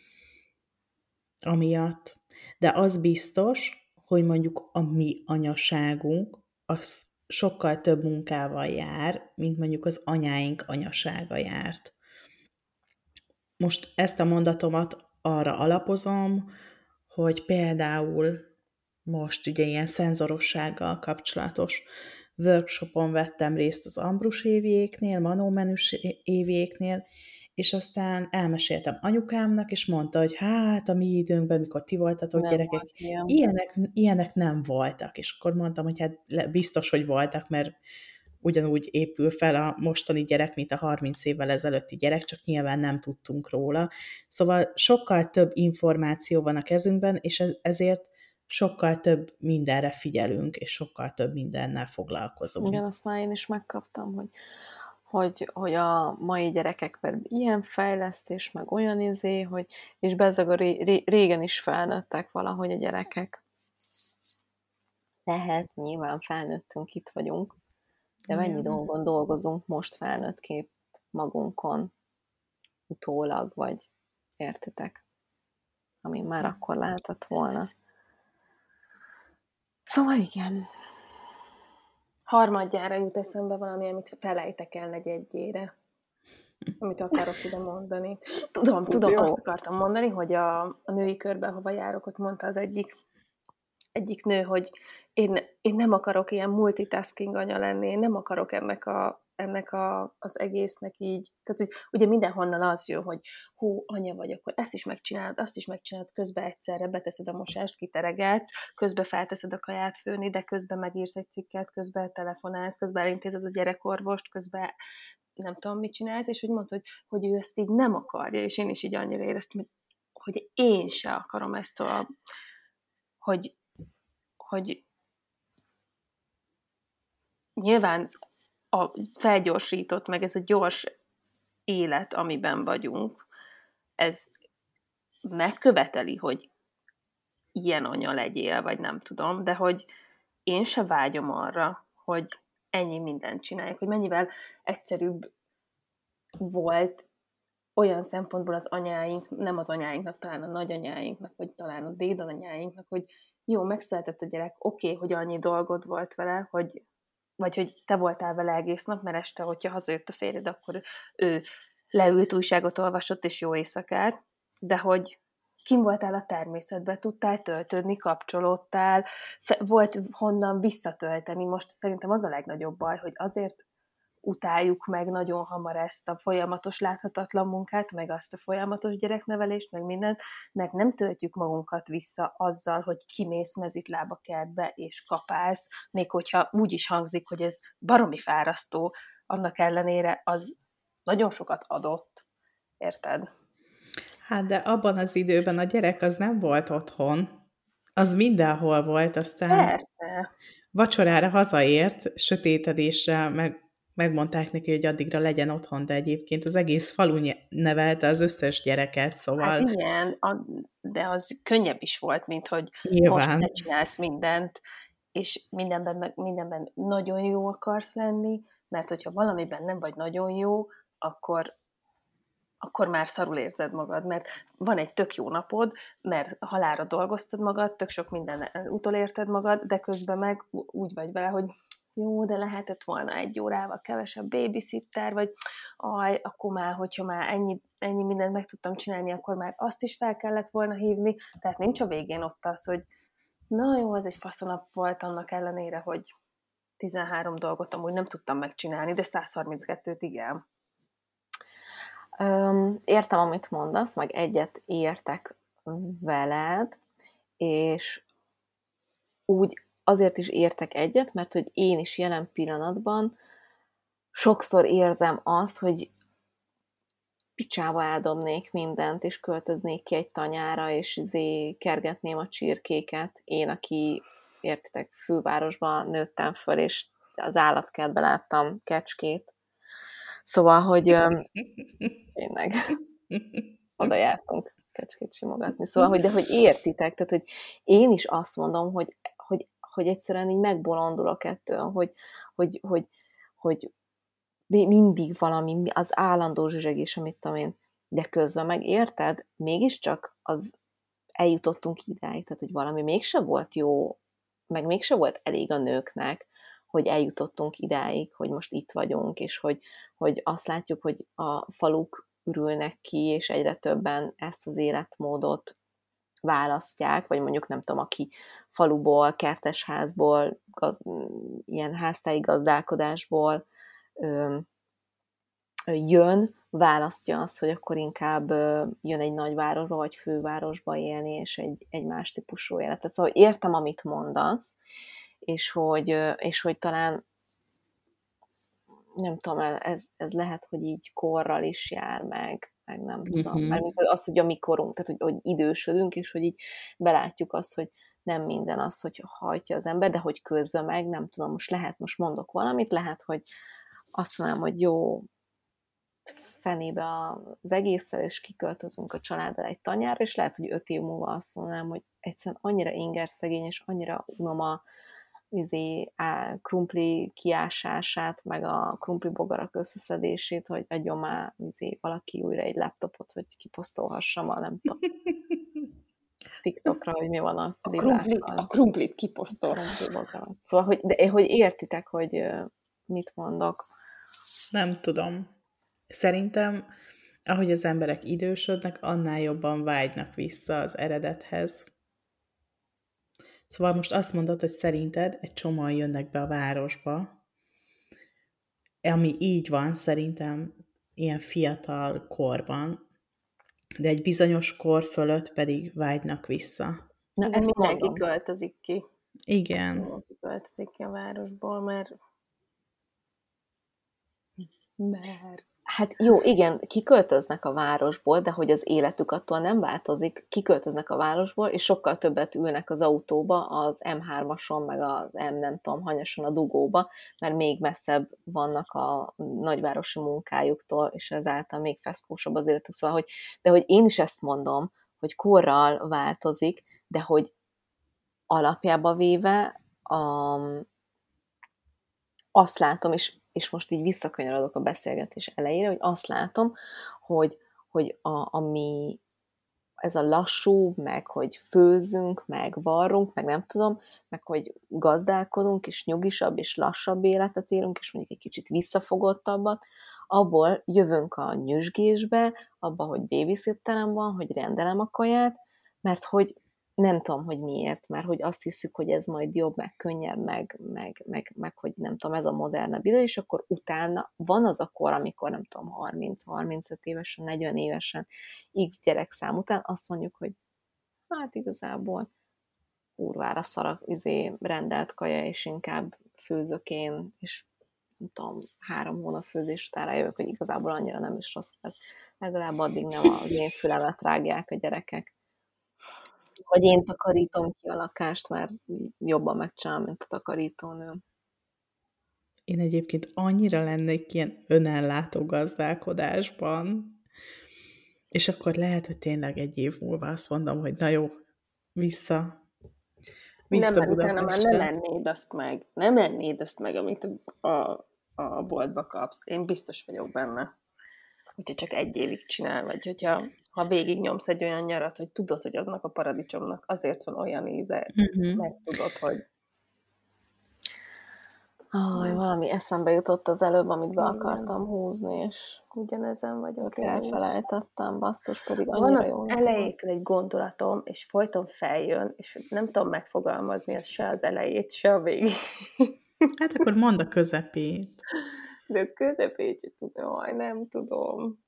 amiatt. De az biztos, hogy mondjuk a mi anyaságunk, az sokkal több munkával jár, mint mondjuk az anyáink anyasága járt. Most ezt a mondatomat arra alapozom, hogy például most ugye ilyen szenzorossággal kapcsolatos workshopon vettem részt az Ambrus Éviéknél, Manómenüs Éviéknél, és aztán elmeséltem anyukámnak, és mondta, hogy hát a mi időnkben, mikor ti voltatok Nem gyerekek, volt ilyen. ilyenek nem voltak. És akkor mondtam, hogy hát biztos, hogy voltak, mert ugyanúgy épül fel a mostani gyerek, mint a 30 évvel ezelőtti gyerek, csak nyilván nem tudtunk róla. Szóval sokkal több információ van a kezünkben, és ezért sokkal több mindenre figyelünk, és sokkal több mindennel foglalkozunk. Igen, azt már én is megkaptam, hogy a mai gyerekek ilyen fejlesztés, meg olyan hogy és bezzeg régen is felnőttek valahogy a gyerekek. Lehet, nyilván felnőttünk, itt vagyunk, de mennyi dolgon dolgozunk most felnőttként magunkon, utólag, vagy értitek, ami már akkor lehetett volna. Szóval igen. Harmadjára jut eszembe valami, amit felejtek el negyedjére. Amit akarok ide mondani. Tudom, azt akartam mondani, hogy a női körben, hova járok, ott mondta az egyik nő, hogy én nem akarok ilyen multitasking anya lenni, én nem akarok ennek az egésznek így, tehát hogy ugye mindenhonnan az jön, hogy hú, anya vagy, akkor ezt is megcsinálod, azt is megcsinálod, közben egyszerre beteszed a mosást, kiteregetsz, közben felteszed a kaját főni, de közben megírsz egy cikket, közben telefonálsz, közben elintézed a gyerekorvost, közben nem tudom, mit csinálsz, és hogy mondta, hogy ő ezt így nem akarja, és én is így annyira éreztem, hogy én se akarom ezt hogy nyilván a felgyorsított, meg ez a gyors élet, amiben vagyunk, ez megköveteli, hogy ilyen anya legyél, vagy nem tudom, de hogy én se vágyom arra, hogy ennyi mindent csináljuk, hogy mennyivel egyszerűbb volt olyan szempontból az anyáink, nem az anyáinknak, talán a nagyanyáinknak, vagy talán a dédanyáinknak, hogy jó, megszületett a gyerek, oké, hogy annyi dolgod volt vele, vagy hogy te voltál vele egész nap, mert este, hogyha hazajött a férjed, akkor ő leült, újságot olvasott, és jó éjszakát, de hogy kim voltál a természetben, tudtál töltődni, kapcsolódtál, volt honnan visszatölteni. Most szerintem az a legnagyobb baj, hogy azért utáljuk meg nagyon hamar ezt a folyamatos láthatatlan munkát, meg azt a folyamatos gyereknevelést, meg mindent, meg nem töltjük magunkat vissza azzal, hogy kimész mezitlába kertbe és kapálsz, még hogyha úgy is hangzik, hogy ez baromi fárasztó, annak ellenére az nagyon sokat adott. Érted? Hát de abban az időben a gyerek az nem volt otthon, az mindenhol volt, aztán Persze. vacsorára hazaért, sötétedésre megmondták neki, hogy addigra legyen otthon, de egyébként az egész falu nevelte az összes gyereket, szóval... Hát igen, de az könnyebb is volt, mint hogy nyilván. Most te csinálsz mindent, és mindenben nagyon jó akarsz lenni, mert hogyha valamiben nem vagy nagyon jó, akkor már szarul érzed magad, mert van egy tök jó napod, mert halálra dolgoztad magad, tök sok minden utolérted magad, de közben meg úgy vagy vele, hogy jó, de lehetett volna 1 órával kevesebb babysitter, vagy akkor már, hogyha már ennyi mindent meg tudtam csinálni, akkor már azt is fel kellett volna hívni, tehát nincs a végén ott az, hogy na jó, ez egy faszonap volt annak ellenére, hogy 13 dolgot amúgy nem tudtam megcsinálni, de 132-t igen. Értem, amit mondasz, meg egyet értek veled, és úgy azért is értek egyet, mert hogy én is jelen pillanatban sokszor érzem azt, hogy picsába eldobnék mindent, és költöznék ki egy tanyára, és kergetném a csirkéket. Én, aki, értitek, fővárosban nőttem föl, és az állatkertben láttam kecskét. Szóval, hogy tényleg oda jártunk kecskét simogatni. Szóval, hogy, de hogy értitek, tehát, hogy én is azt mondom, hogy egyszerűen így megbolondulok ettől, hogy mindig valami, az állandó zsüzsegés, amit tudom én, de közben meg érted, mégiscsak az eljutottunk idáig, tehát, hogy valami mégse volt jó, meg mégse volt elég a nőknek, hogy eljutottunk idáig, hogy most itt vagyunk, és hogy azt látjuk, hogy a faluk ürülnek ki, és egyre többen ezt az életmódot választják, vagy mondjuk nem tudom, aki faluból, kertesházból, ilyen háztáji gazdálkodásból jön, választja azt, hogy akkor inkább jön egy nagyvárosba, vagy fővárosba élni, és egy más típusú életet. Szóval értem, amit mondasz, és hogy talán nem tudom, ez lehet, hogy így korral is jár meg nem tudom. Mert az, hogy a mi korunk, tehát hogy idősödünk, és hogy így belátjuk azt, hogy nem minden az, hogy hajtja az ember, de hogy közben meg, nem tudom, most mondok valamit, lehet, hogy azt mondom, hogy jó, fenébe az egésszel, és kiköltözünk a családdal egy tanyára, és lehet, hogy 5 év múlva azt mondanám, hogy egyszerűen annyira ingerszegény, és annyira unom a krumpli kiásását, meg a krumpli bogarak összeszedését, hogy adjon már valaki újra egy laptopot, hogy kiposztolhassam a nem tudom TikTokra, hogy mi van a krumplit kiposztol. Szóval, hogy értitek, hogy mit mondok. Nem tudom. Szerintem, ahogy az emberek idősödnek, annál jobban vágynak vissza az eredethez. Szóval most azt mondod, hogy szerinted egy csomóan jönnek be a városba, ami így van szerintem ilyen fiatal korban, de egy bizonyos kor fölött pedig vágynak vissza. Na, ezt mindenki költözik ki. Igen. Mindenki költözik ki a városból, mert Hát jó, igen, kiköltöznek a városból, de hogy az életük attól nem változik, kiköltöznek a városból, és sokkal többet ülnek az autóba, az M3-ason, meg az nem tudom, hanyason a dugóba, mert még messzebb vannak a nagyvárosi munkájuktól, és ezáltal még feszkósabb az életük. Szóval, de hogy én is ezt mondom, hogy korral változik, de hogy alapjába véve azt látom, és most így visszakanyarodok a beszélgetés elejére, hogy azt látom, hogy ami ez a lassú, meg hogy főzünk, meg varrunk, meg nem tudom, meg hogy gazdálkodunk, és nyugisabb, és lassabb életet élünk, és mondjuk egy kicsit visszafogottabbat, abból jövünk a nyüzsgésbe, abba, hogy babysitterem van, hogy rendelem a kaját, mert hogy nem tudom, hogy miért, mert hogy azt hiszük, hogy ez majd jobb, meg könnyebb, meg hogy nem tudom, ez a modernebb idő, és akkor utána van az a kor, amikor nem tudom, 30-35 évesen, 40 évesen, x gyerekszám után azt mondjuk, hogy hát igazából kurvára szar rendelt kaja, és inkább főzök én, és nem tudom, 3 hónap főzés után rájövök, hogy igazából annyira nem is rossz, mert legalább addig nem az én fülemet rágják a gyerekek. Vagy én takarítom ki a lakást, mert jobban megcsinálom, mint a takarítónő. Én egyébként annyira lennék ilyen önellátó gazdálkodásban, és akkor lehet, hogy tényleg egy év múlva azt mondom, hogy na jó, vissza nem, mert utána már Budapestre. nem lennéd azt meg, amit a boltba kapsz. Én biztos vagyok benne. Hogyha csak 1 évig csinál, vagy ha végig nyomsz egy olyan nyarat, hogy tudod, hogy aznak a paradicsomnak azért van olyan íze, meg tudod, hogy... Valami eszembe jutott az előbb, amit be akartam húzni, és ugyanezen vagyok. Elfelejtettem, basszus, pedig van annyira az jó. elejétől egy gondolatom, és folyton feljön, és nem tudom megfogalmazni ezt se az elejét, se a végét. Hát akkor mondd a közepét. De a közepét sem tudom, nem tudom.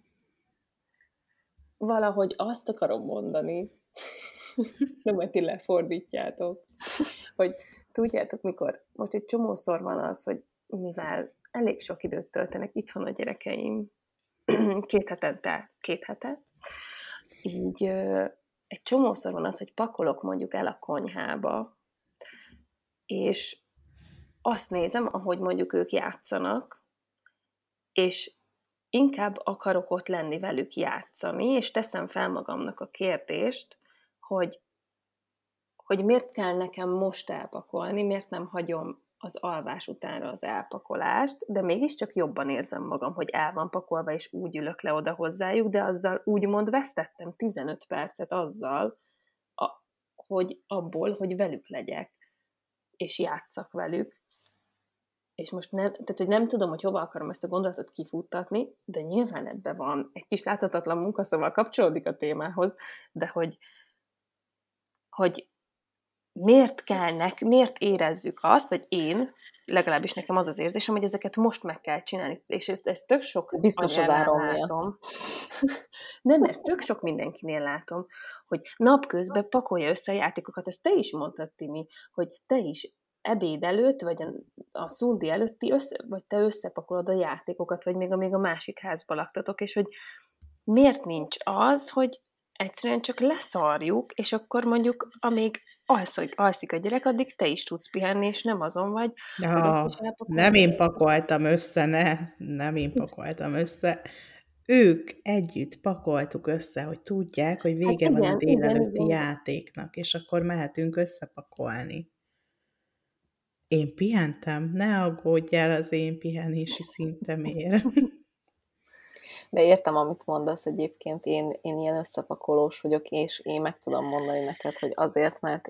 Valahogy azt akarom mondani, nem, hogy ti lefordítjátok, hogy tudjátok, mikor, most egy csomószor van az, hogy mivel elég sok időt töltenek itthon a gyerekeim, 2 hetet, így egy csomószor van az, hogy pakolok mondjuk el a konyhába, és azt nézem, ahogy mondjuk ők játszanak, és inkább akarok ott lenni velük játszani, és teszem fel magamnak a kérdést, hogy miért kell nekem most elpakolni, miért nem hagyom az alvás utánra az elpakolást, de mégiscsak jobban érzem magam, hogy el van pakolva, és úgy ülök le oda hozzájuk, de azzal úgymond vesztettem 15 percet azzal, hogy velük legyek, és játszak velük, és most hogy nem tudom, hogy hova akarom ezt a gondolatot kifuttatni, de nyilván ebben van egy kis láthatatlan munka, szóval kapcsolódik a témához, de hogy miért érezzük azt, vagy én, legalábbis nekem az az érzésem, hogy ezeket most meg kell csinálni, és ez tök sok Biztos az áron látom. Nem, mert tök sok mindenkinél látom, hogy napközben pakolja össze a játékokat, ezt te is mondtad, Timi, hogy te is ebéd előtt, vagy a szundi előtt vagy te összepakolod a játékokat, vagy még a másik házba laktatok, és hogy miért nincs az, hogy egyszerűen csak leszarjuk, és akkor mondjuk, amíg alszik a gyerek, addig te is tudsz pihenni, és nem azon vagy. Nem én pakoltam össze, nem én pakoltam össze. Ők együtt pakoltuk össze, hogy tudják, hogy vége van a délelőtti játéknak, és akkor mehetünk összepakolni. Én pihentem? Ne aggódjál az én pihenési szintemért. De értem, amit mondasz egyébként, én ilyen összepakolós vagyok, és én meg tudom mondani neked, hogy azért, mert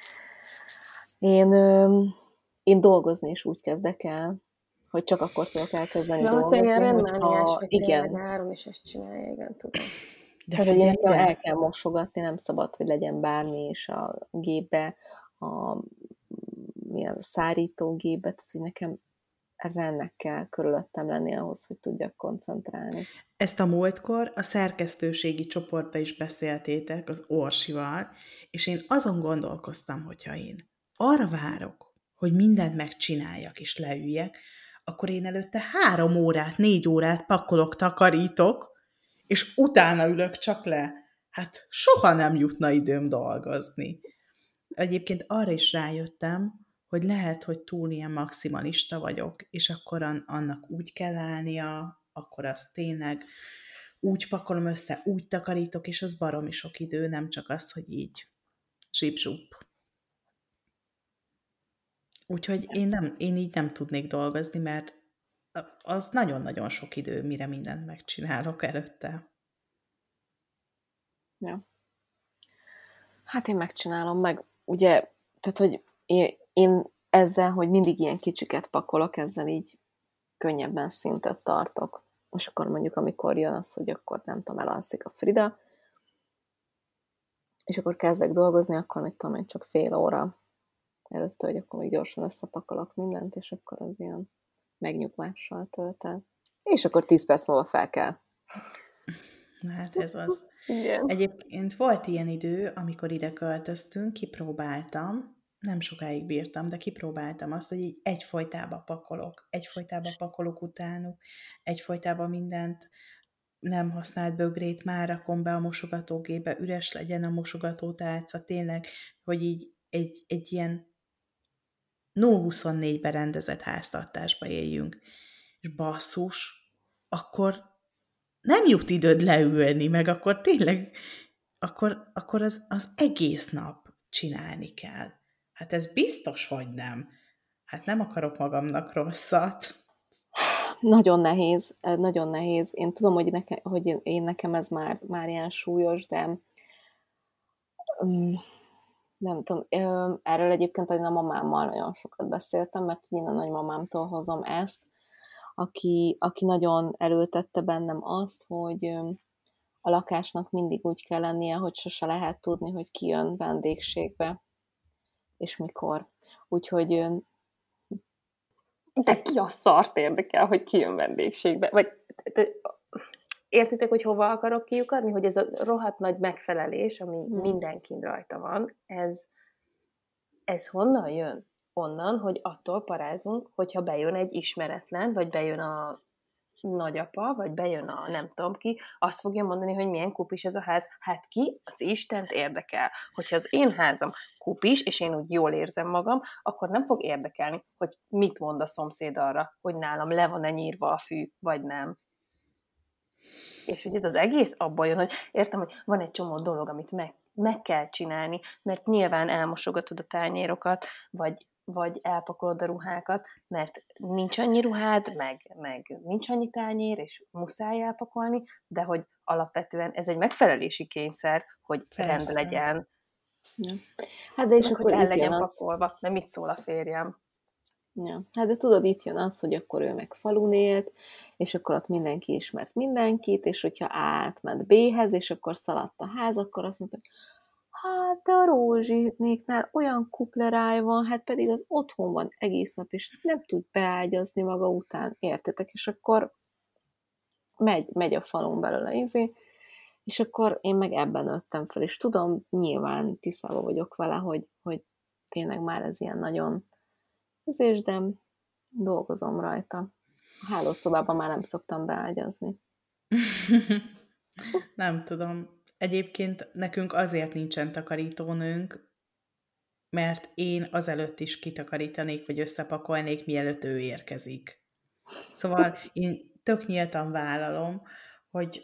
én dolgozni is úgy kezdek el, hogy csak akkor tudok elkezdeni dolgozni, hogyha... Igen. Áron is ezt csinálja, igen, tudom. De tehát, hogy nekem el kell mosogatni, nem szabad, hogy legyen bármi is a gépbe, milyen szárítógépbe, tehát, hogy nekem ennek kell körülöttem lenni ahhoz, hogy tudjak koncentrálni. Ezt a múltkor a szerkesztőségi csoportba is beszéltétek az Orsival, és én azon gondolkoztam, hogyha én arra várok, hogy mindent megcsináljak és leüljek, akkor én előtte 3 órát, 4 órát pakolok, takarítok, és utána ülök csak le. Hát soha nem jutna időm dolgozni. Egyébként arra is rájöttem, hogy lehet, hogy túl ilyen maximalista vagyok, és akkor annak úgy kell állnia, akkor azt tényleg úgy pakolom össze, úgy takarítok, és az baromi sok idő, nem csak az, hogy így zsip-zsup. Úgyhogy én így nem tudnék dolgozni, mert az nagyon-nagyon sok idő, mire mindent megcsinálok előtte. Ja. Hát én megcsinálom meg, ugye, tehát, hogy én ezzel, hogy mindig ilyen kicsiket pakolok, ezzel így könnyebben szintet tartok. És akkor mondjuk, amikor jön az, hogy akkor nem tudom, elalszik a Frida, és akkor kezdek dolgozni, akkor mit tudom én, csak fél óra előtte, hogy akkor még gyorsan összepakolok mindent, és akkor az ilyen megnyugvással tölt el. És akkor 10 perc múlva fel kell. Hát ez az. Igen. Egyébként volt ilyen idő, amikor ide költöztünk, kipróbáltam, nem sokáig bírtam, de kipróbáltam azt, hogy így egyfolytában pakolok utánuk, egyfolytában mindent, nem használt bögrét már rakom be a mosogatógébe, üres legyen a mosogatótálca, tényleg, hogy így egy ilyen 0-24-ben rendezett háztartásba éljünk. És basszus, akkor nem jut időd leülni, meg akkor tényleg, akkor az egész nap csinálni kell. Hát ez biztos, hogy nem. Hát nem akarok magamnak rosszat. Nagyon nehéz, nagyon nehéz. Én tudom, hogy nekem ez már ilyen súlyos, de nem tudom. Erről egyébként a mamámmal nagyon sokat beszéltem, mert én a nagymamámtól hozom ezt, aki nagyon erőltette bennem azt, hogy a lakásnak mindig úgy kell lennie, hogy sose lehet tudni, hogy ki jön vendégségbe, és mikor. Úgyhogy... De ki a szart érdekel, hogy ki jön vendégségbe? Vagy értitek, hogy hova akarok kiukadni? Hogy ez a rohadt nagy megfelelés, ami mindenkin rajta van, ez honnan jön? Onnan, hogy attól parázunk, hogyha bejön egy ismeretlen, vagy bejön a nagyapa, vagy bejön a nem tudom ki, azt fogja mondani, hogy milyen kupis ez a ház. Hát ki az Istent érdekel? Hogyha az én házam kupis, és én úgy jól érzem magam, akkor nem fog érdekelni, hogy mit mond a szomszéd arra, hogy nálam le van-e nyírva a fű, vagy nem. És hogy ez az egész abban jön, hogy értem, hogy van egy csomó dolog, amit meg kell csinálni, mert nyilván elmosogatod a tányérokat, vagy elpakolod a ruhákat, mert nincs annyi ruhád, meg nincs annyi tányér, és muszáj elpakolni, de hogy alapvetően ez egy megfelelési kényszer, hogy rend legyen. Ja. Hát de és meg, akkor hogy el itt jön legyen az... pakolva, mert mit szól a férjem. Ja. Hát de tudod, itt jön az, hogy akkor ő meg falun élt, és akkor ott mindenki ismert mindenkit, és hogyha átment B-hez, és akkor szaladt a ház, akkor azt mondta, hogy hát de a Rózsinéknál olyan kupleráj van, hát pedig az otthon van egész nap, és nem tud beágyazni maga után, értetek? És akkor megy a falon belőle és akkor én meg ebben nőttem fel, és tudom, nyilván tisztában vagyok vele, hogy tényleg már ez ilyen nagyon de dolgozom rajta. A hálószobában már nem szoktam beágyazni. Nem tudom. Egyébként nekünk azért nincsen takarítónőnk, mert én azelőtt is kitakarítanék, vagy összepakolnék, mielőtt ő érkezik. Szóval én tök nyíltan vállalom, hogy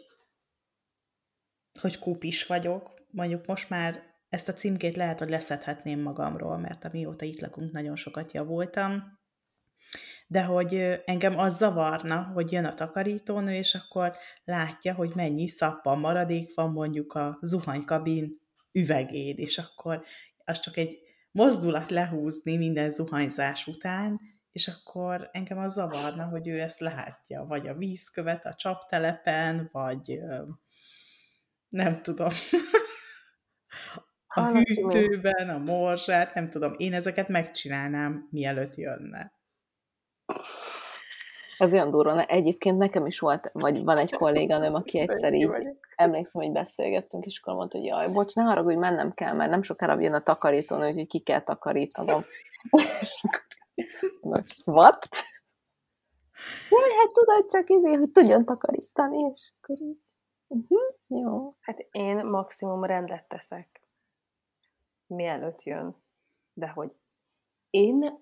kupis vagyok. Mondjuk most már ezt a címkét lehet, hogy leszedhetném magamról, mert amióta itt lakunk, nagyon sokat javultam. De hogy engem az zavarna, hogy jön a takarítónő, és akkor látja, hogy mennyi szappan maradék van mondjuk a zuhanykabin üvegén, és akkor az csak egy mozdulat lehúzni minden zuhanyzás után, és akkor engem az zavarna, hogy ő ezt látja, vagy a vízkövet a csaptelepen, vagy nem tudom, a hűtőben, a morzsát, nem tudom, én ezeket megcsinálnám, mielőtt jönne. Ez olyan durva. Egyébként nekem is volt, vagy van egy kolléganőm, aki egyszer így, emlékszem, hogy beszélgettünk, és akkor mondta, hogy jaj, bocs, ne haragudj, mennem kell, mert nem sokára jön a takarítónő, úgyhogy ki kell takarítanom. What? Jaj, hát tudod, csak hogy tudjon takarítani, és akkor így. Jó. Hát én maximum rendet teszek, mielőtt jön. De hogy én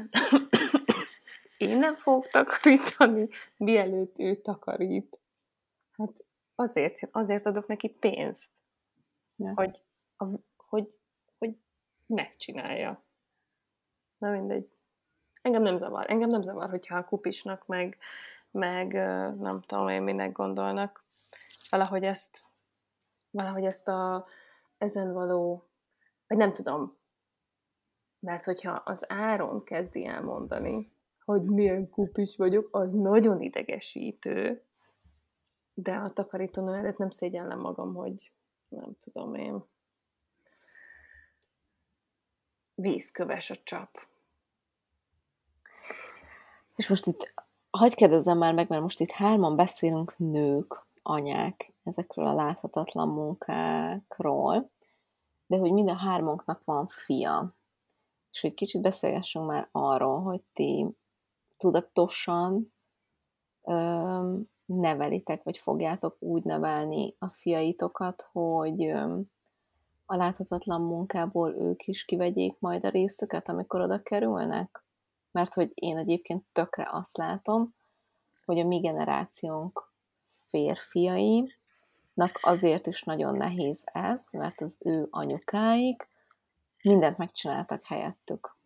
nem fogok takarítani, mielőtt ő takarít. Hát azért adok neki pénzt, Ja. hogy megcsinálja. Na mindegy. Engem nem zavar, hogyha a kupisnak meg nem tudom én minek gondolnak. Valahogy ezt ezen való, vagy nem tudom, mert hogyha az Áron kezdi elmondani, hogy milyen kupis vagyok, az nagyon idegesítő, de a takarítónő előtt nem szégyellem magam, hogy nem tudom én. Vízköves a csap. És most itt, hagyj kérdezzem már meg, mert most itt 3 beszélünk nők, anyák, ezekről a láthatatlan munkákról, de hogy mind a 3-unknak van fia. És hogy kicsit beszélgessünk már arról, hogy ti tudatosan nevelitek, vagy fogjátok úgy nevelni a fiaitokat, hogy a láthatatlan munkából ők is kivegyék majd a részüket, amikor oda kerülnek? Mert hogy én egyébként tökre azt látom, hogy a mi generációnk férfiainak azért is nagyon nehéz ez, mert az ő anyukáik mindent megcsináltak helyettük.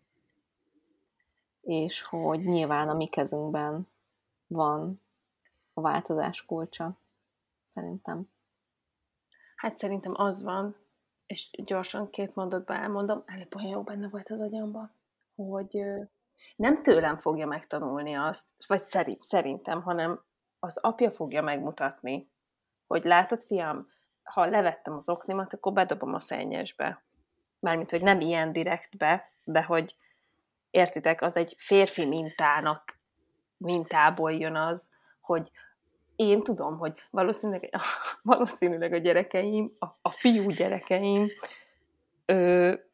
És hogy nyilván a mi kezünkben van a változás kulcsa, szerintem. Hát szerintem az van, és gyorsan 2 mondatba elmondom, előbb olyan jó benne volt az agyamban, hogy nem tőlem fogja megtanulni azt, vagy szerintem, hanem az apja fogja megmutatni, hogy látod, fiam, ha levettem az oknimat, akkor bedobom a szennyesbe. Mármint, hogy nem ilyen direktbe, de hogy értitek, az egy férfi mintából jön az, hogy én tudom, hogy valószínűleg a gyerekeim, a fiú gyerekeim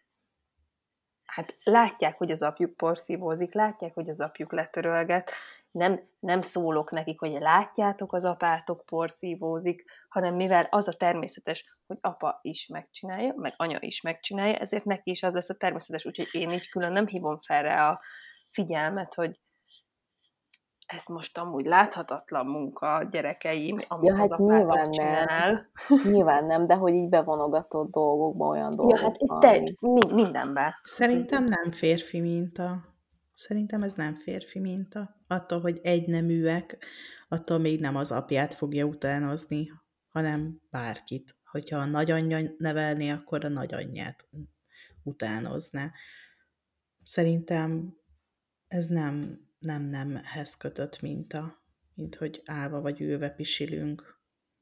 hát látják, hogy az apjuk porszívózik, látják, hogy az apjuk letörölget, nem szólok nekik, hogy látjátok, az apátok porszívózik, hanem mivel az a természetes, hogy apa is megcsinálja, meg anya is megcsinálja, ezért neki is az lesz a természetes, úgyhogy én így külön nem hívom fel rá a figyelmet, hogy ez most amúgy láthatatlan munka, gyerekeim, amit Ja, az hát apátok nyilván nem. csinál. Nyilván nem, de hogy így bevonogatott dolgokba, olyan Ja, hát dolgokba. mindenben. Szerintem nem férfi minta. Szerintem ez nem férfi minta. Attól, hogy egyneműek, attól még nem az apját fogja utánozni, hanem bárkit. Hogyha a nagyanyja nevelné, akkor a nagyanyját utánozná. Szerintem ez nemhez kötött minta, mint hogy állva vagy ülve pisilünk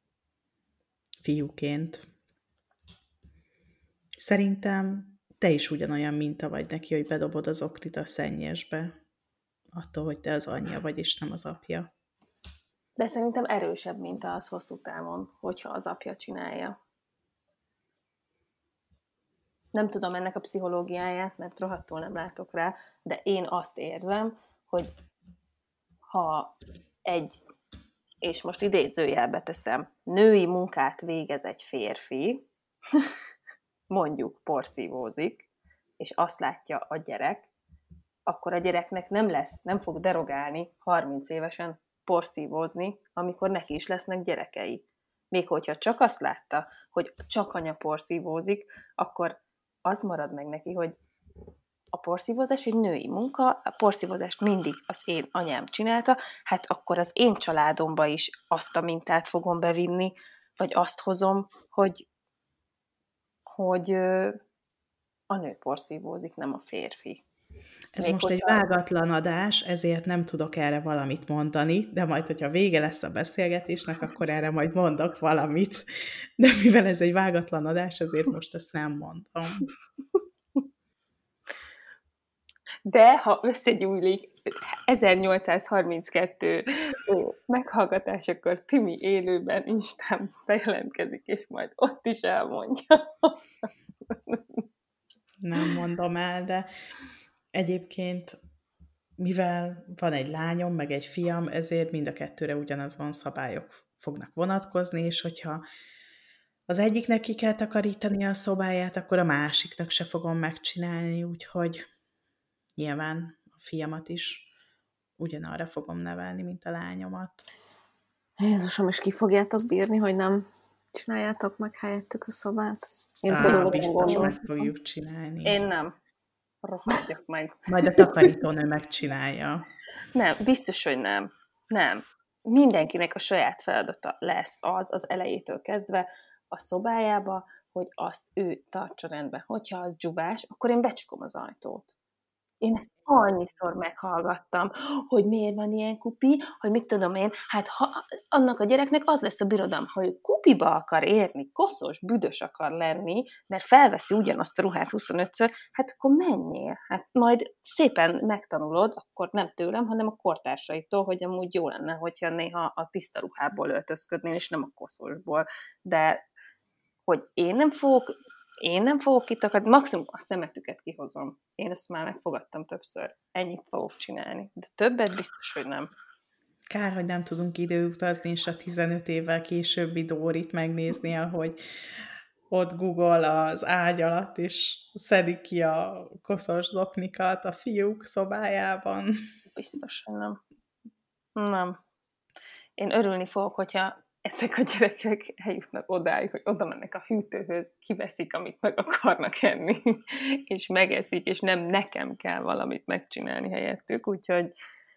fiúként. Szerintem te is ugyanolyan minta vagy neki, hogy bedobod az oktit a szennyesbe, attól, hogy te az anyja vagy, és nem az apja. De szerintem erősebb minta az hosszú távon, hogyha az apja csinálja. Nem tudom ennek a pszichológiáját, mert rohadtul nem látok rá, de én azt érzem, hogy ha egy, és most idézőjelbe teszem, női munkát végez egy férfi, mondjuk porszívózik, és azt látja a gyerek, akkor a gyereknek nem fog derogálni 30 évesen porszívózni, amikor neki is lesznek gyerekei. Még hogyha csak azt látta, hogy csak anya porszívózik, akkor az marad meg neki, hogy a porszívózás egy női munka, a porszívózást mindig az én anyám csinálta, hát akkor az én családomba is azt a mintát fogom bevinni, vagy azt hozom, hogy a nő porszívózik, nem a férfi. Ez Még most egy vágatlan adás, ezért nem tudok erre valamit mondani, de majd, hogyha vége lesz a beszélgetésnek, akkor erre majd mondok valamit. De mivel ez egy vágatlan adás, ezért most ezt nem mondom. De ha összegyújlik 1832 meghallgatásakor Timi élőben Instán bejelentkezik, és majd ott is elmondja. Nem mondom el, de egyébként, mivel van egy lányom, meg egy fiam, ezért mind a kettőre ugyanazon szabályok fognak vonatkozni, és hogyha az egyiknek ki kell takarítani a szobáját, akkor a másiknak se fogom megcsinálni, úgyhogy nyilván a fiamat is ugyanarra fogom nevelni, mint a lányomat. Jézusom, és ki fogjátok bírni, hogy nem csináljátok meg helyettük a szobát? Biztos meg fogjuk csinálni. Én nem. Rohadjak meg. Majd a takarítónő megcsinálja. Nem, biztos, hogy nem. Nem. Mindenkinek a saját feladata lesz az elejétől kezdve a szobájába, hogy azt ő tartsa rendben. Hogyha az dzsubás, akkor én becsukom az ajtót. Én ezt annyiszor meghallgattam, hogy miért van ilyen kupi, hogy mit tudom én, hát annak a gyereknek az lesz a birodalom, hogy ő kupiba akar érni, koszos, büdös akar lenni, mert felveszi ugyanazt a ruhát 25-ször, hát akkor menjél. Hát majd szépen megtanulod, akkor nem tőlem, hanem a kortársaitól, hogy amúgy jó lenne, hogyha néha a tiszta ruhából öltözködnél, és nem a koszosból. De hogy én nem fogok kitakarni, maximum a szemetüket kihozom. Én ezt már megfogadtam többször. Ennyit fogok csinálni. De többet biztos, hogy nem. Kár, hogy nem tudunk időutazni, és a 15 évvel későbbi Dórit megnézni, ahogy ott Google az ágy alatt, és szedik ki a koszos zoknikat a fiúk szobájában. Biztos, hogy nem. Nem. Én örülni fogok, hogyha ezek a gyerekek eljutnak odáig, hogy oda mennek a hűtőhöz, kiveszik, amit meg akarnak enni, és megeszik, és nem nekem kell valamit megcsinálni helyettük, úgyhogy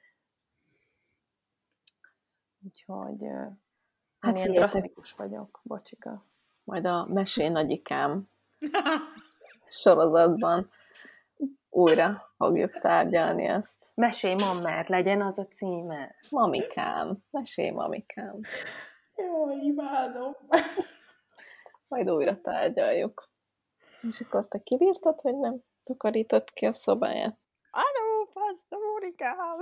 hát ilyen drasztikus vagyok, bocsika. Majd a Mesélj Nagyikám sorozatban újra fogjuk tárgyalni ezt. Mesélj mammát, legyen az a címe. Mamikám, mesélj mamikám. Jó, imádom. Majd újra tárgyaljuk. És akkor te kibírtad, hogy nem takarított ki a szobáját? Anó, paszta, Mónikám!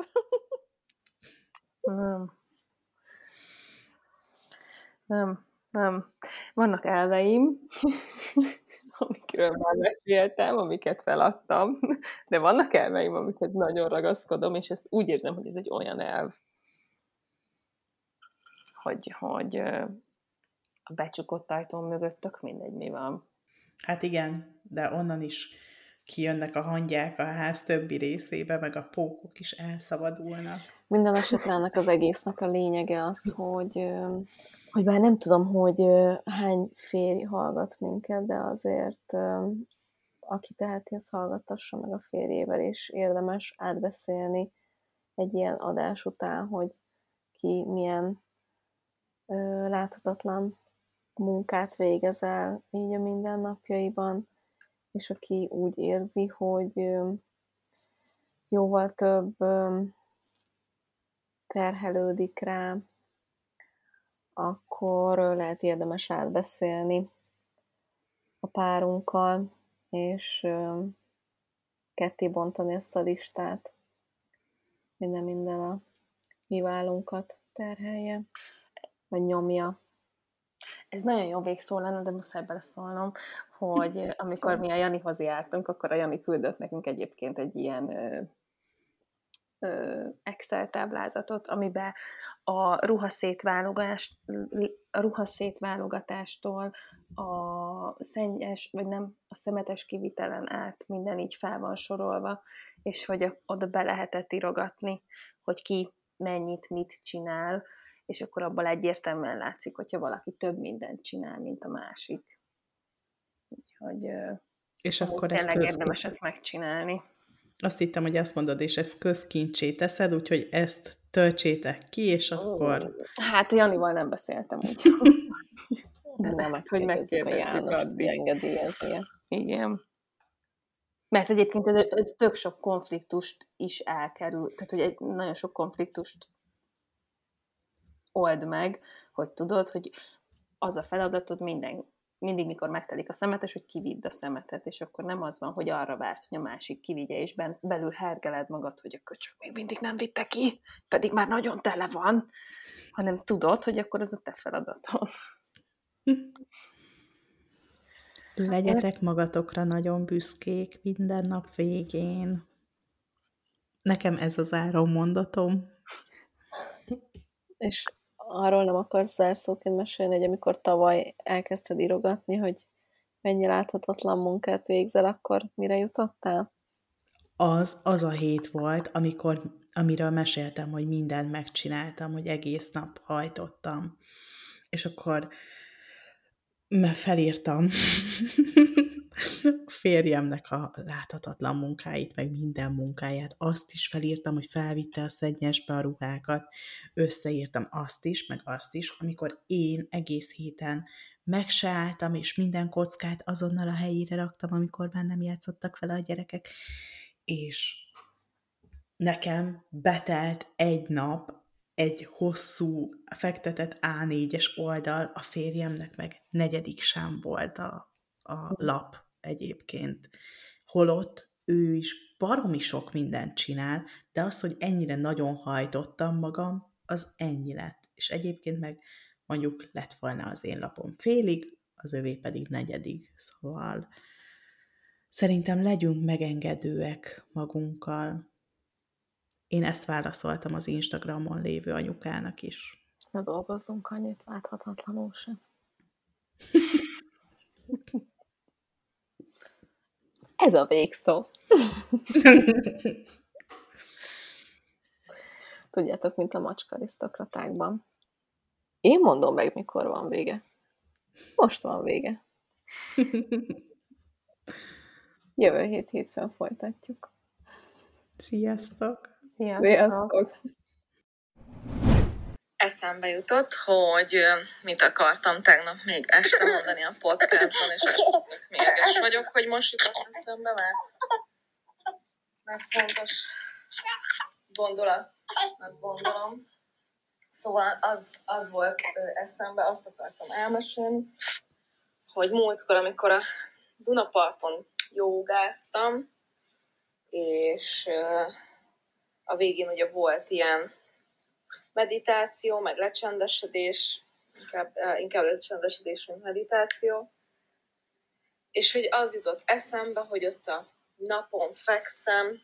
Nem. Vannak elveim, amikről már meséltem, amiket feladtam, de vannak elveim, amiket nagyon ragaszkodom, és ezt úgy érzem, hogy ez egy olyan elv, hogy a becsukott ajtón mögött tök mindegy, mi van. Hát igen, de onnan is kijönnek a hangyák a ház többi részébe, meg a pókok is elszabadulnak. Minden esetre ennek az egésznek a lényege az, hogy bár nem tudom, hogy hány férj hallgat minket, de azért aki teheti, az hallgatassa meg a férjével, és érdemes átbeszélni egy ilyen adás után, hogy ki milyen láthatatlan munkát végezel így a mindennapjaiban, és aki úgy érzi, hogy jóval több terhelődik rá, akkor lehet érdemes átbeszélni a párunkkal, és ketté bontani ezt a listát, hogy nem minden a mi vállunkat terhelje, vagy nyomja. Ez nagyon jó végszó lenne, de muszáj beleszólnom, hogy amikor mi a Janihoz jártunk, akkor a Jani küldött nekünk egyébként egy ilyen Excel táblázatot, amiben a ruhaszétválogatástól a szennyes, vagy nem, a szemetes kivitelen át minden így fel van sorolva, és hogy oda be lehetett írogatni, hogy ki mennyit, mit csinál, és akkor abból egyértelműen látszik, hogyha valaki több mindent csinál, mint a másik. Úgyhogy és akkor tényleg érdemes ezt megcsinálni. Azt hittem, hogy azt mondod, és ezt közkincsé teszed, úgyhogy ezt töltsétek ki, és akkor... Hát Janival nem beszéltem, úgy. Nem, hogy megkérdezzük a Jánost, hogy engedélyeznie. Igen. Mert egyébként ez tök sok konfliktust is elkerül. Tehát, hogy nagyon sok konfliktust old meg, hogy tudod, hogy az a feladatod mindig, mikor megtelik a szemetes, hogy kividd a szemetet, és akkor nem az van, hogy arra vársz, hogy a másik kivigye, és belül hergeled magad, hogy a köcsög még mindig nem vitte ki, pedig már nagyon tele van, hanem tudod, hogy akkor az a te feladatod. Legyetek magatokra nagyon büszkék minden nap végén. Nekem ez az árammondatom. És arról nem akarsz zárszóként mesélni, hogy amikor tavaly elkezdted írogatni, hogy mennyi láthatatlan munkát végzel, akkor mire jutottál? Az a hét volt, amiről meséltem, hogy mindent megcsináltam, hogy egész nap hajtottam. És akkor felírtam a férjemnek a láthatatlan munkáit, meg minden munkáját. Azt is felírtam, hogy felvitte a szennyesbe a ruhákat. Összeírtam azt is, meg azt is, amikor én egész héten meg se álltam, és minden kockát azonnal a helyére raktam, amikor már nem játszottak vele a gyerekek. És nekem betelt egy nap, egy hosszú, fektetett A4-es oldal, a férjemnek meg 4. sem volt a lap egyébként. Holott ő is baromi sok mindent csinál, de az, hogy ennyire nagyon hajtottam magam, az ennyi lett. És egyébként meg mondjuk lett volna az én lapom félig, az övé pedig 4. Szóval szerintem legyünk megengedőek magunkkal. Én ezt válaszoltam az Instagramon lévő anyukának is. Ne dolgozzunk annyit láthatatlanul sem. Ez a végszó. Tudjátok, mint a macskarisztokratákban. Én mondom meg, mikor van vége. Most van vége. Jövő hétfőn folytatjuk. Sziasztok! Sziasztok! Eszembe jutott, hogy mit akartam tegnap még este mondani a podcastban, és mérges vagyok, hogy most jutott eszembe, mert fontos gondolatnak gondolom. Szóval az volt eszembe, azt akartam elmesélni, hogy múltkor, amikor a Dunaparton jogáztam, és a végén ugye volt ilyen meditáció, meg lecsendesedés, inkább lecsendesedés, mint meditáció, És hogy az jutott eszembe, hogy ott a napon fekszem,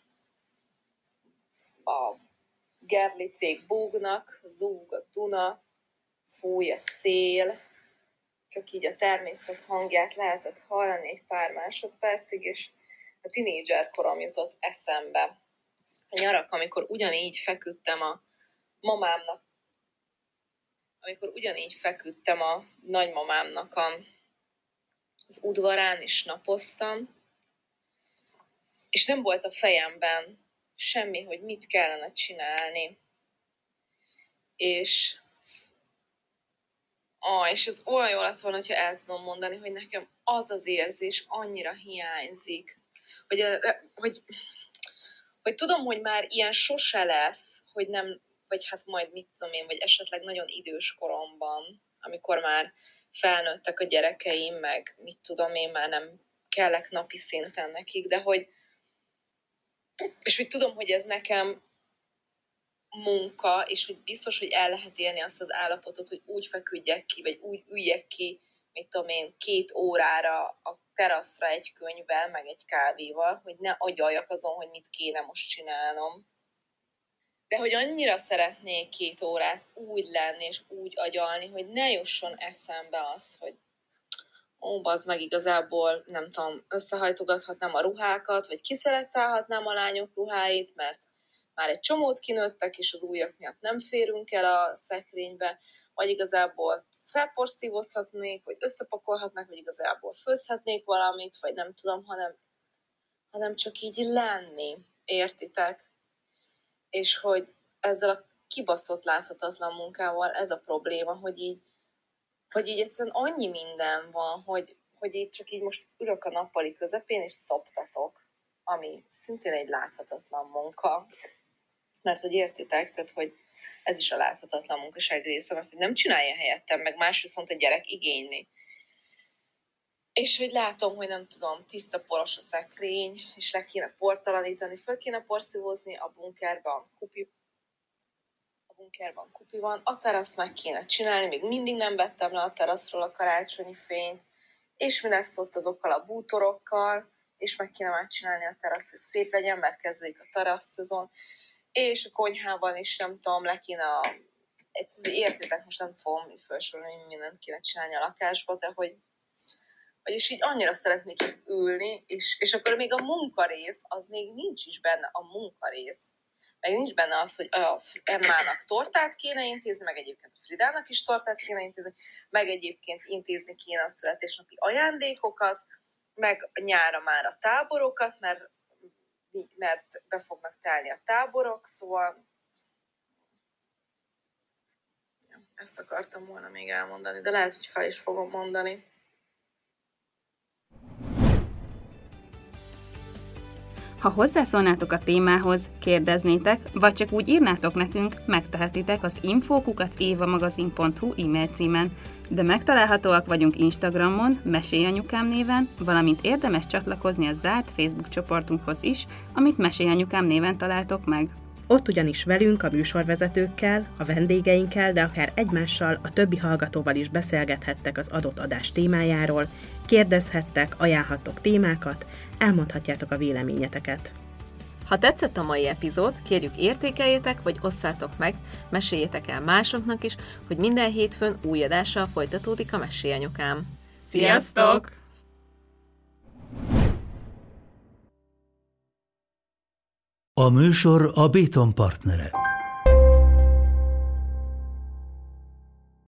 a gerlicék búgnak, zúg a Duna, fúj a szél, csak így a természet hangját lehetett hallani egy pár másodpercig, és a tinédzser korom jutott eszembe. A nyarak, amikor ugyanígy feküdtem a mamámnak, a nagymamámnak az udvarán, és napoztam, és nem volt a fejemben semmi, hogy mit kellene csinálni. És ez olyan jó lett volna, hogyha el tudom mondani, hogy nekem az az érzés annyira hiányzik, hogy tudom, hogy már ilyen sose lesz, hogy nem, vagy hát majd mit tudom én, vagy esetleg nagyon idős koromban, amikor már felnőttek a gyerekeim, meg mit tudom én, már nem kellek napi szinten nekik, de hogy tudom, hogy ez nekem munka, és hogy biztos, hogy el lehet élni azt az állapotot, hogy úgy feküdjek ki, vagy úgy üljek ki, mit tudom én, 2 órára a teraszra egy könyvvel, meg egy kávéval, hogy ne agyaljak azon, hogy mit kéne most csinálnom. De hogy annyira szeretnék 2 órát úgy lenni, és úgy agyalni, hogy ne jusson eszembe az, hogy bazd meg, igazából, nem tudom, összehajtogathatnám a ruhákat, vagy kiszelektálhatnám a lányok ruháit, mert már egy csomót kinőttek, és az ujjak miatt nem férünk el a szekrénybe, vagy igazából felporszívozhatnék, vagy összepakolhatnák, vagy igazából főzhetnék valamit, vagy nem tudom, hanem csak így lenni, értitek? És hogy ezzel a kibaszott láthatatlan munkával ez a probléma, hogy így egyszerűen annyi minden van, hogy így csak így most ülök a nappali közepén, és szoptatok, ami szintén egy láthatatlan munka. Mert hogy értitek, tehát hogy ez is a láthatatlan munkaság része, mert hogy nem csinálja helyettem, meg más viszont a gyerek igényli. És hogy látom, hogy nem tudom, tiszta poros a szekrény, és le kéne portalanítani, föl kéne porszívózni, a bunkerban kupi van, a teraszt meg kéne csinálni, még mindig nem vettem le a teraszról a karácsonyi fényt, és mi lesz ott azokkal a bútorokkal, és meg kéne már csinálni a teraszt, hogy szép legyen, mert kezdődik a terasszszezon, és a konyhában is nem tudom, le kéne értitek, most nem fogom felsorolni, hogy mindent kéne csinálni a lakásba, de vagyis így annyira szeretnék itt ülni, és akkor még a munkarész, az még nincs is benne a munkarész. Meg nincs benne az, hogy a Emmának tortát kéne intézni, meg egyébként a Fridának is tortát kéne intézni, meg egyébként intézni kéne a születésnapi ajándékokat, meg nyára már a táborokat, mert be fognak telni a táborok, szóval ezt akartam volna még elmondani, de lehet, hogy fel is fogom mondani. Ha hozzászólnátok a témához, kérdeznétek, vagy csak úgy írnátok nekünk, megtehetitek az info@évamagazin.hu e-mail címen, de megtalálhatóak vagyunk Instagramon, Mesélyanyukám néven, valamint érdemes csatlakozni a zárt Facebook csoportunkhoz is, amit Mesélyanyukám néven találtok meg. Ott ugyanis velünk, a műsorvezetőkkel, a vendégeinkkel, de akár egymással, a többi hallgatóval is beszélgethettek az adott adás témájáról, kérdezhettek, ajánlhattok témákat, elmondhatjátok a véleményeteket. Ha tetszett a mai epizód, kérjük értékeljétek, vagy osszátok meg, meséljétek el másoknak is, hogy minden hétfőn új adással folytatódik a Mesélyanyukám. Sziasztok! A műsor a Béton partnere.